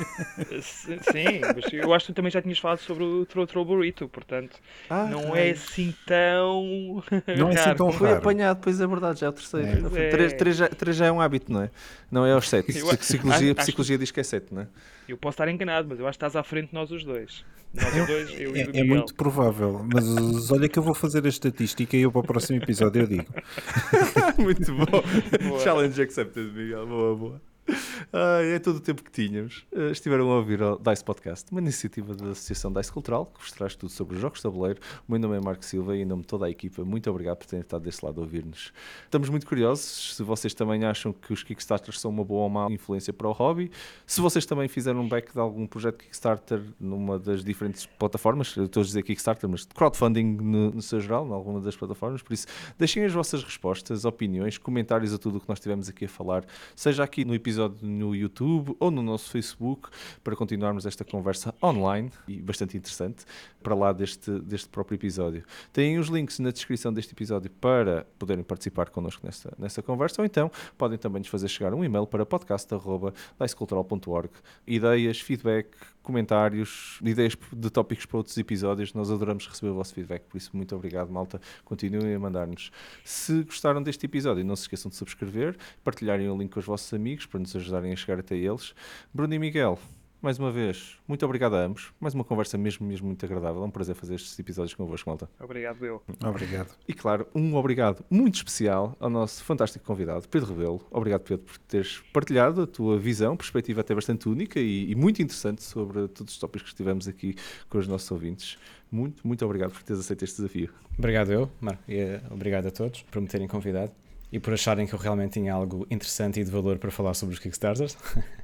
Sim, mas eu acho que tu também já tinhas falado sobre o Trotro Burrito, portanto não é assim tão não é assim tão raro. Foi apanhado, pois é verdade, já é o terceiro. 3 já é um hábito, não é? Não é aos 7. A psicologia diz que é 7, não é? Eu posso estar enganado, mas eu acho que estás à frente de nós os dois. Nós os dois, eu e o É Miguel. muito provável, mas olha que eu vou fazer a estatística e eu para o próximo episódio eu digo. Muito bom. Challenge accepted, Miguel. Boa. É todo o tempo que tínhamos. Estiveram a ouvir o DICE Podcast, uma iniciativa da Associação DICE Cultural, que vos traz tudo sobre os jogos de tabuleiro. O meu nome é Marco Silva e em nome de toda a equipa, muito obrigado por terem estado desse lado a ouvir-nos. Estamos muito curiosos se vocês também acham que os Kickstarters são uma boa ou má influência para o hobby. Se vocês também fizeram um back de algum projeto Kickstarter numa das diferentes plataformas, eu estou a dizer Kickstarter, mas crowdfunding no seu geral, em alguma das plataformas, por isso deixem as vossas respostas, opiniões, comentários a tudo o que nós tivemos aqui a falar, seja aqui no episódio no YouTube ou no nosso Facebook, para continuarmos esta conversa online e bastante interessante, para lá deste próprio episódio. Têm os links na descrição deste episódio para poderem participar connosco nessa conversa, ou então podem também nos fazer chegar um e-mail para podcast@dicecultural.org. Ideias, feedback, comentários, ideias de tópicos para outros episódios. Nós adoramos receber o vosso feedback, por isso muito obrigado, malta. Continuem a mandar-nos. Se gostaram deste episódio, não se esqueçam de subscrever, partilharem o link com os vossos amigos para nos ajudarem a chegar até eles. Bruno e Miguel, mais uma vez, muito obrigado a ambos. Mais uma conversa mesmo muito agradável. É um prazer fazer estes episódios convosco, malta. Obrigado, eu. Obrigado. E claro, um obrigado muito especial ao nosso fantástico convidado, Pedro Rebelo. Obrigado, Pedro, por teres partilhado a tua visão, perspectiva até bastante única e muito interessante sobre todos os tópicos que estivemos aqui com os nossos ouvintes. Muito obrigado por teres aceito este desafio. Obrigado eu, Marco, e obrigado a todos por me terem convidado e por acharem que eu realmente tinha algo interessante e de valor para falar sobre os Kickstarters.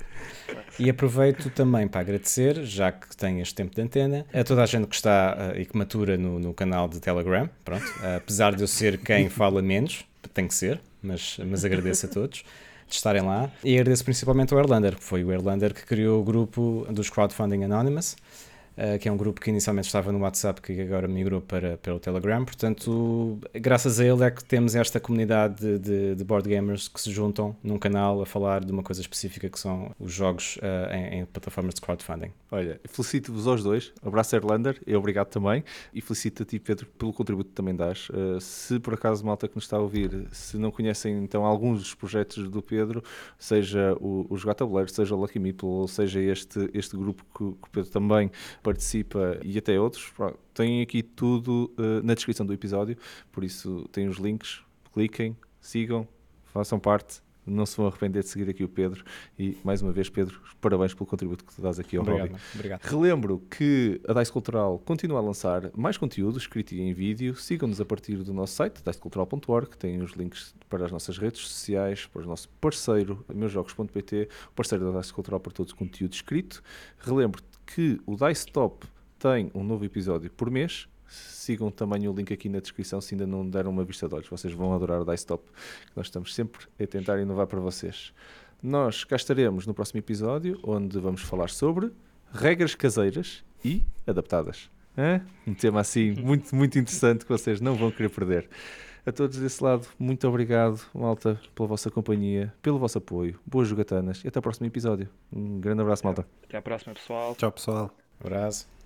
E aproveito também para agradecer, já que tenho este tempo de antena, a toda a gente que está e que matura no canal de Telegram. Pronto, apesar de eu ser quem fala menos, tem que ser, mas agradeço a todos de estarem lá. E agradeço principalmente ao Erlander, que foi o Erlander que criou o grupo dos Crowdfunding Anonymous, que é um grupo que inicialmente estava no WhatsApp, que agora migrou para o Telegram. Portanto, graças a ele é que temos esta comunidade de board gamers que se juntam num canal a falar de uma coisa específica, que são os jogos em plataformas de crowdfunding. Olha, felicito-vos aos dois. Abraço, Erlander, e obrigado também. E felicito a ti, Pedro, pelo contributo que também dás. Se por acaso, malta que nos está a ouvir, se não conhecem então alguns dos projetos do Pedro, seja o Jogar Tabuleiro, seja o Lucky Meeple, ou seja este grupo que o Pedro também participa e até outros, têm aqui tudo na descrição do episódio, por isso têm os links, cliquem, sigam, façam parte, não se vão arrepender de seguir aqui o Pedro. E mais uma vez, Pedro, parabéns pelo contributo que tu dás aqui ao hobby. Obrigado. Relembro que a DICE Cultural continua a lançar mais conteúdo escrito e em vídeo. Sigam-nos a partir do nosso site, dicecultural.org, que tem os links para as nossas redes sociais, para o nosso parceiro, meusjogos.pt, o parceiro da DICE Cultural para todo o conteúdo escrito. Relembro que o DICE Top tem um novo episódio por mês. Sigam também o link aqui na descrição se ainda não deram uma vista de olhos. Vocês vão adorar o DICE Top, que nós estamos sempre a tentar inovar para vocês. Nós cá estaremos no próximo episódio, onde vamos falar sobre regras caseiras e adaptadas. Um tema assim muito interessante que vocês não vão querer perder. A todos desse lado, muito obrigado, malta, pela vossa companhia, pelo vosso apoio. Boas jogatanas e até ao próximo episódio. Um grande abraço, malta. Até à próxima, pessoal. Tchau, pessoal. Abraço.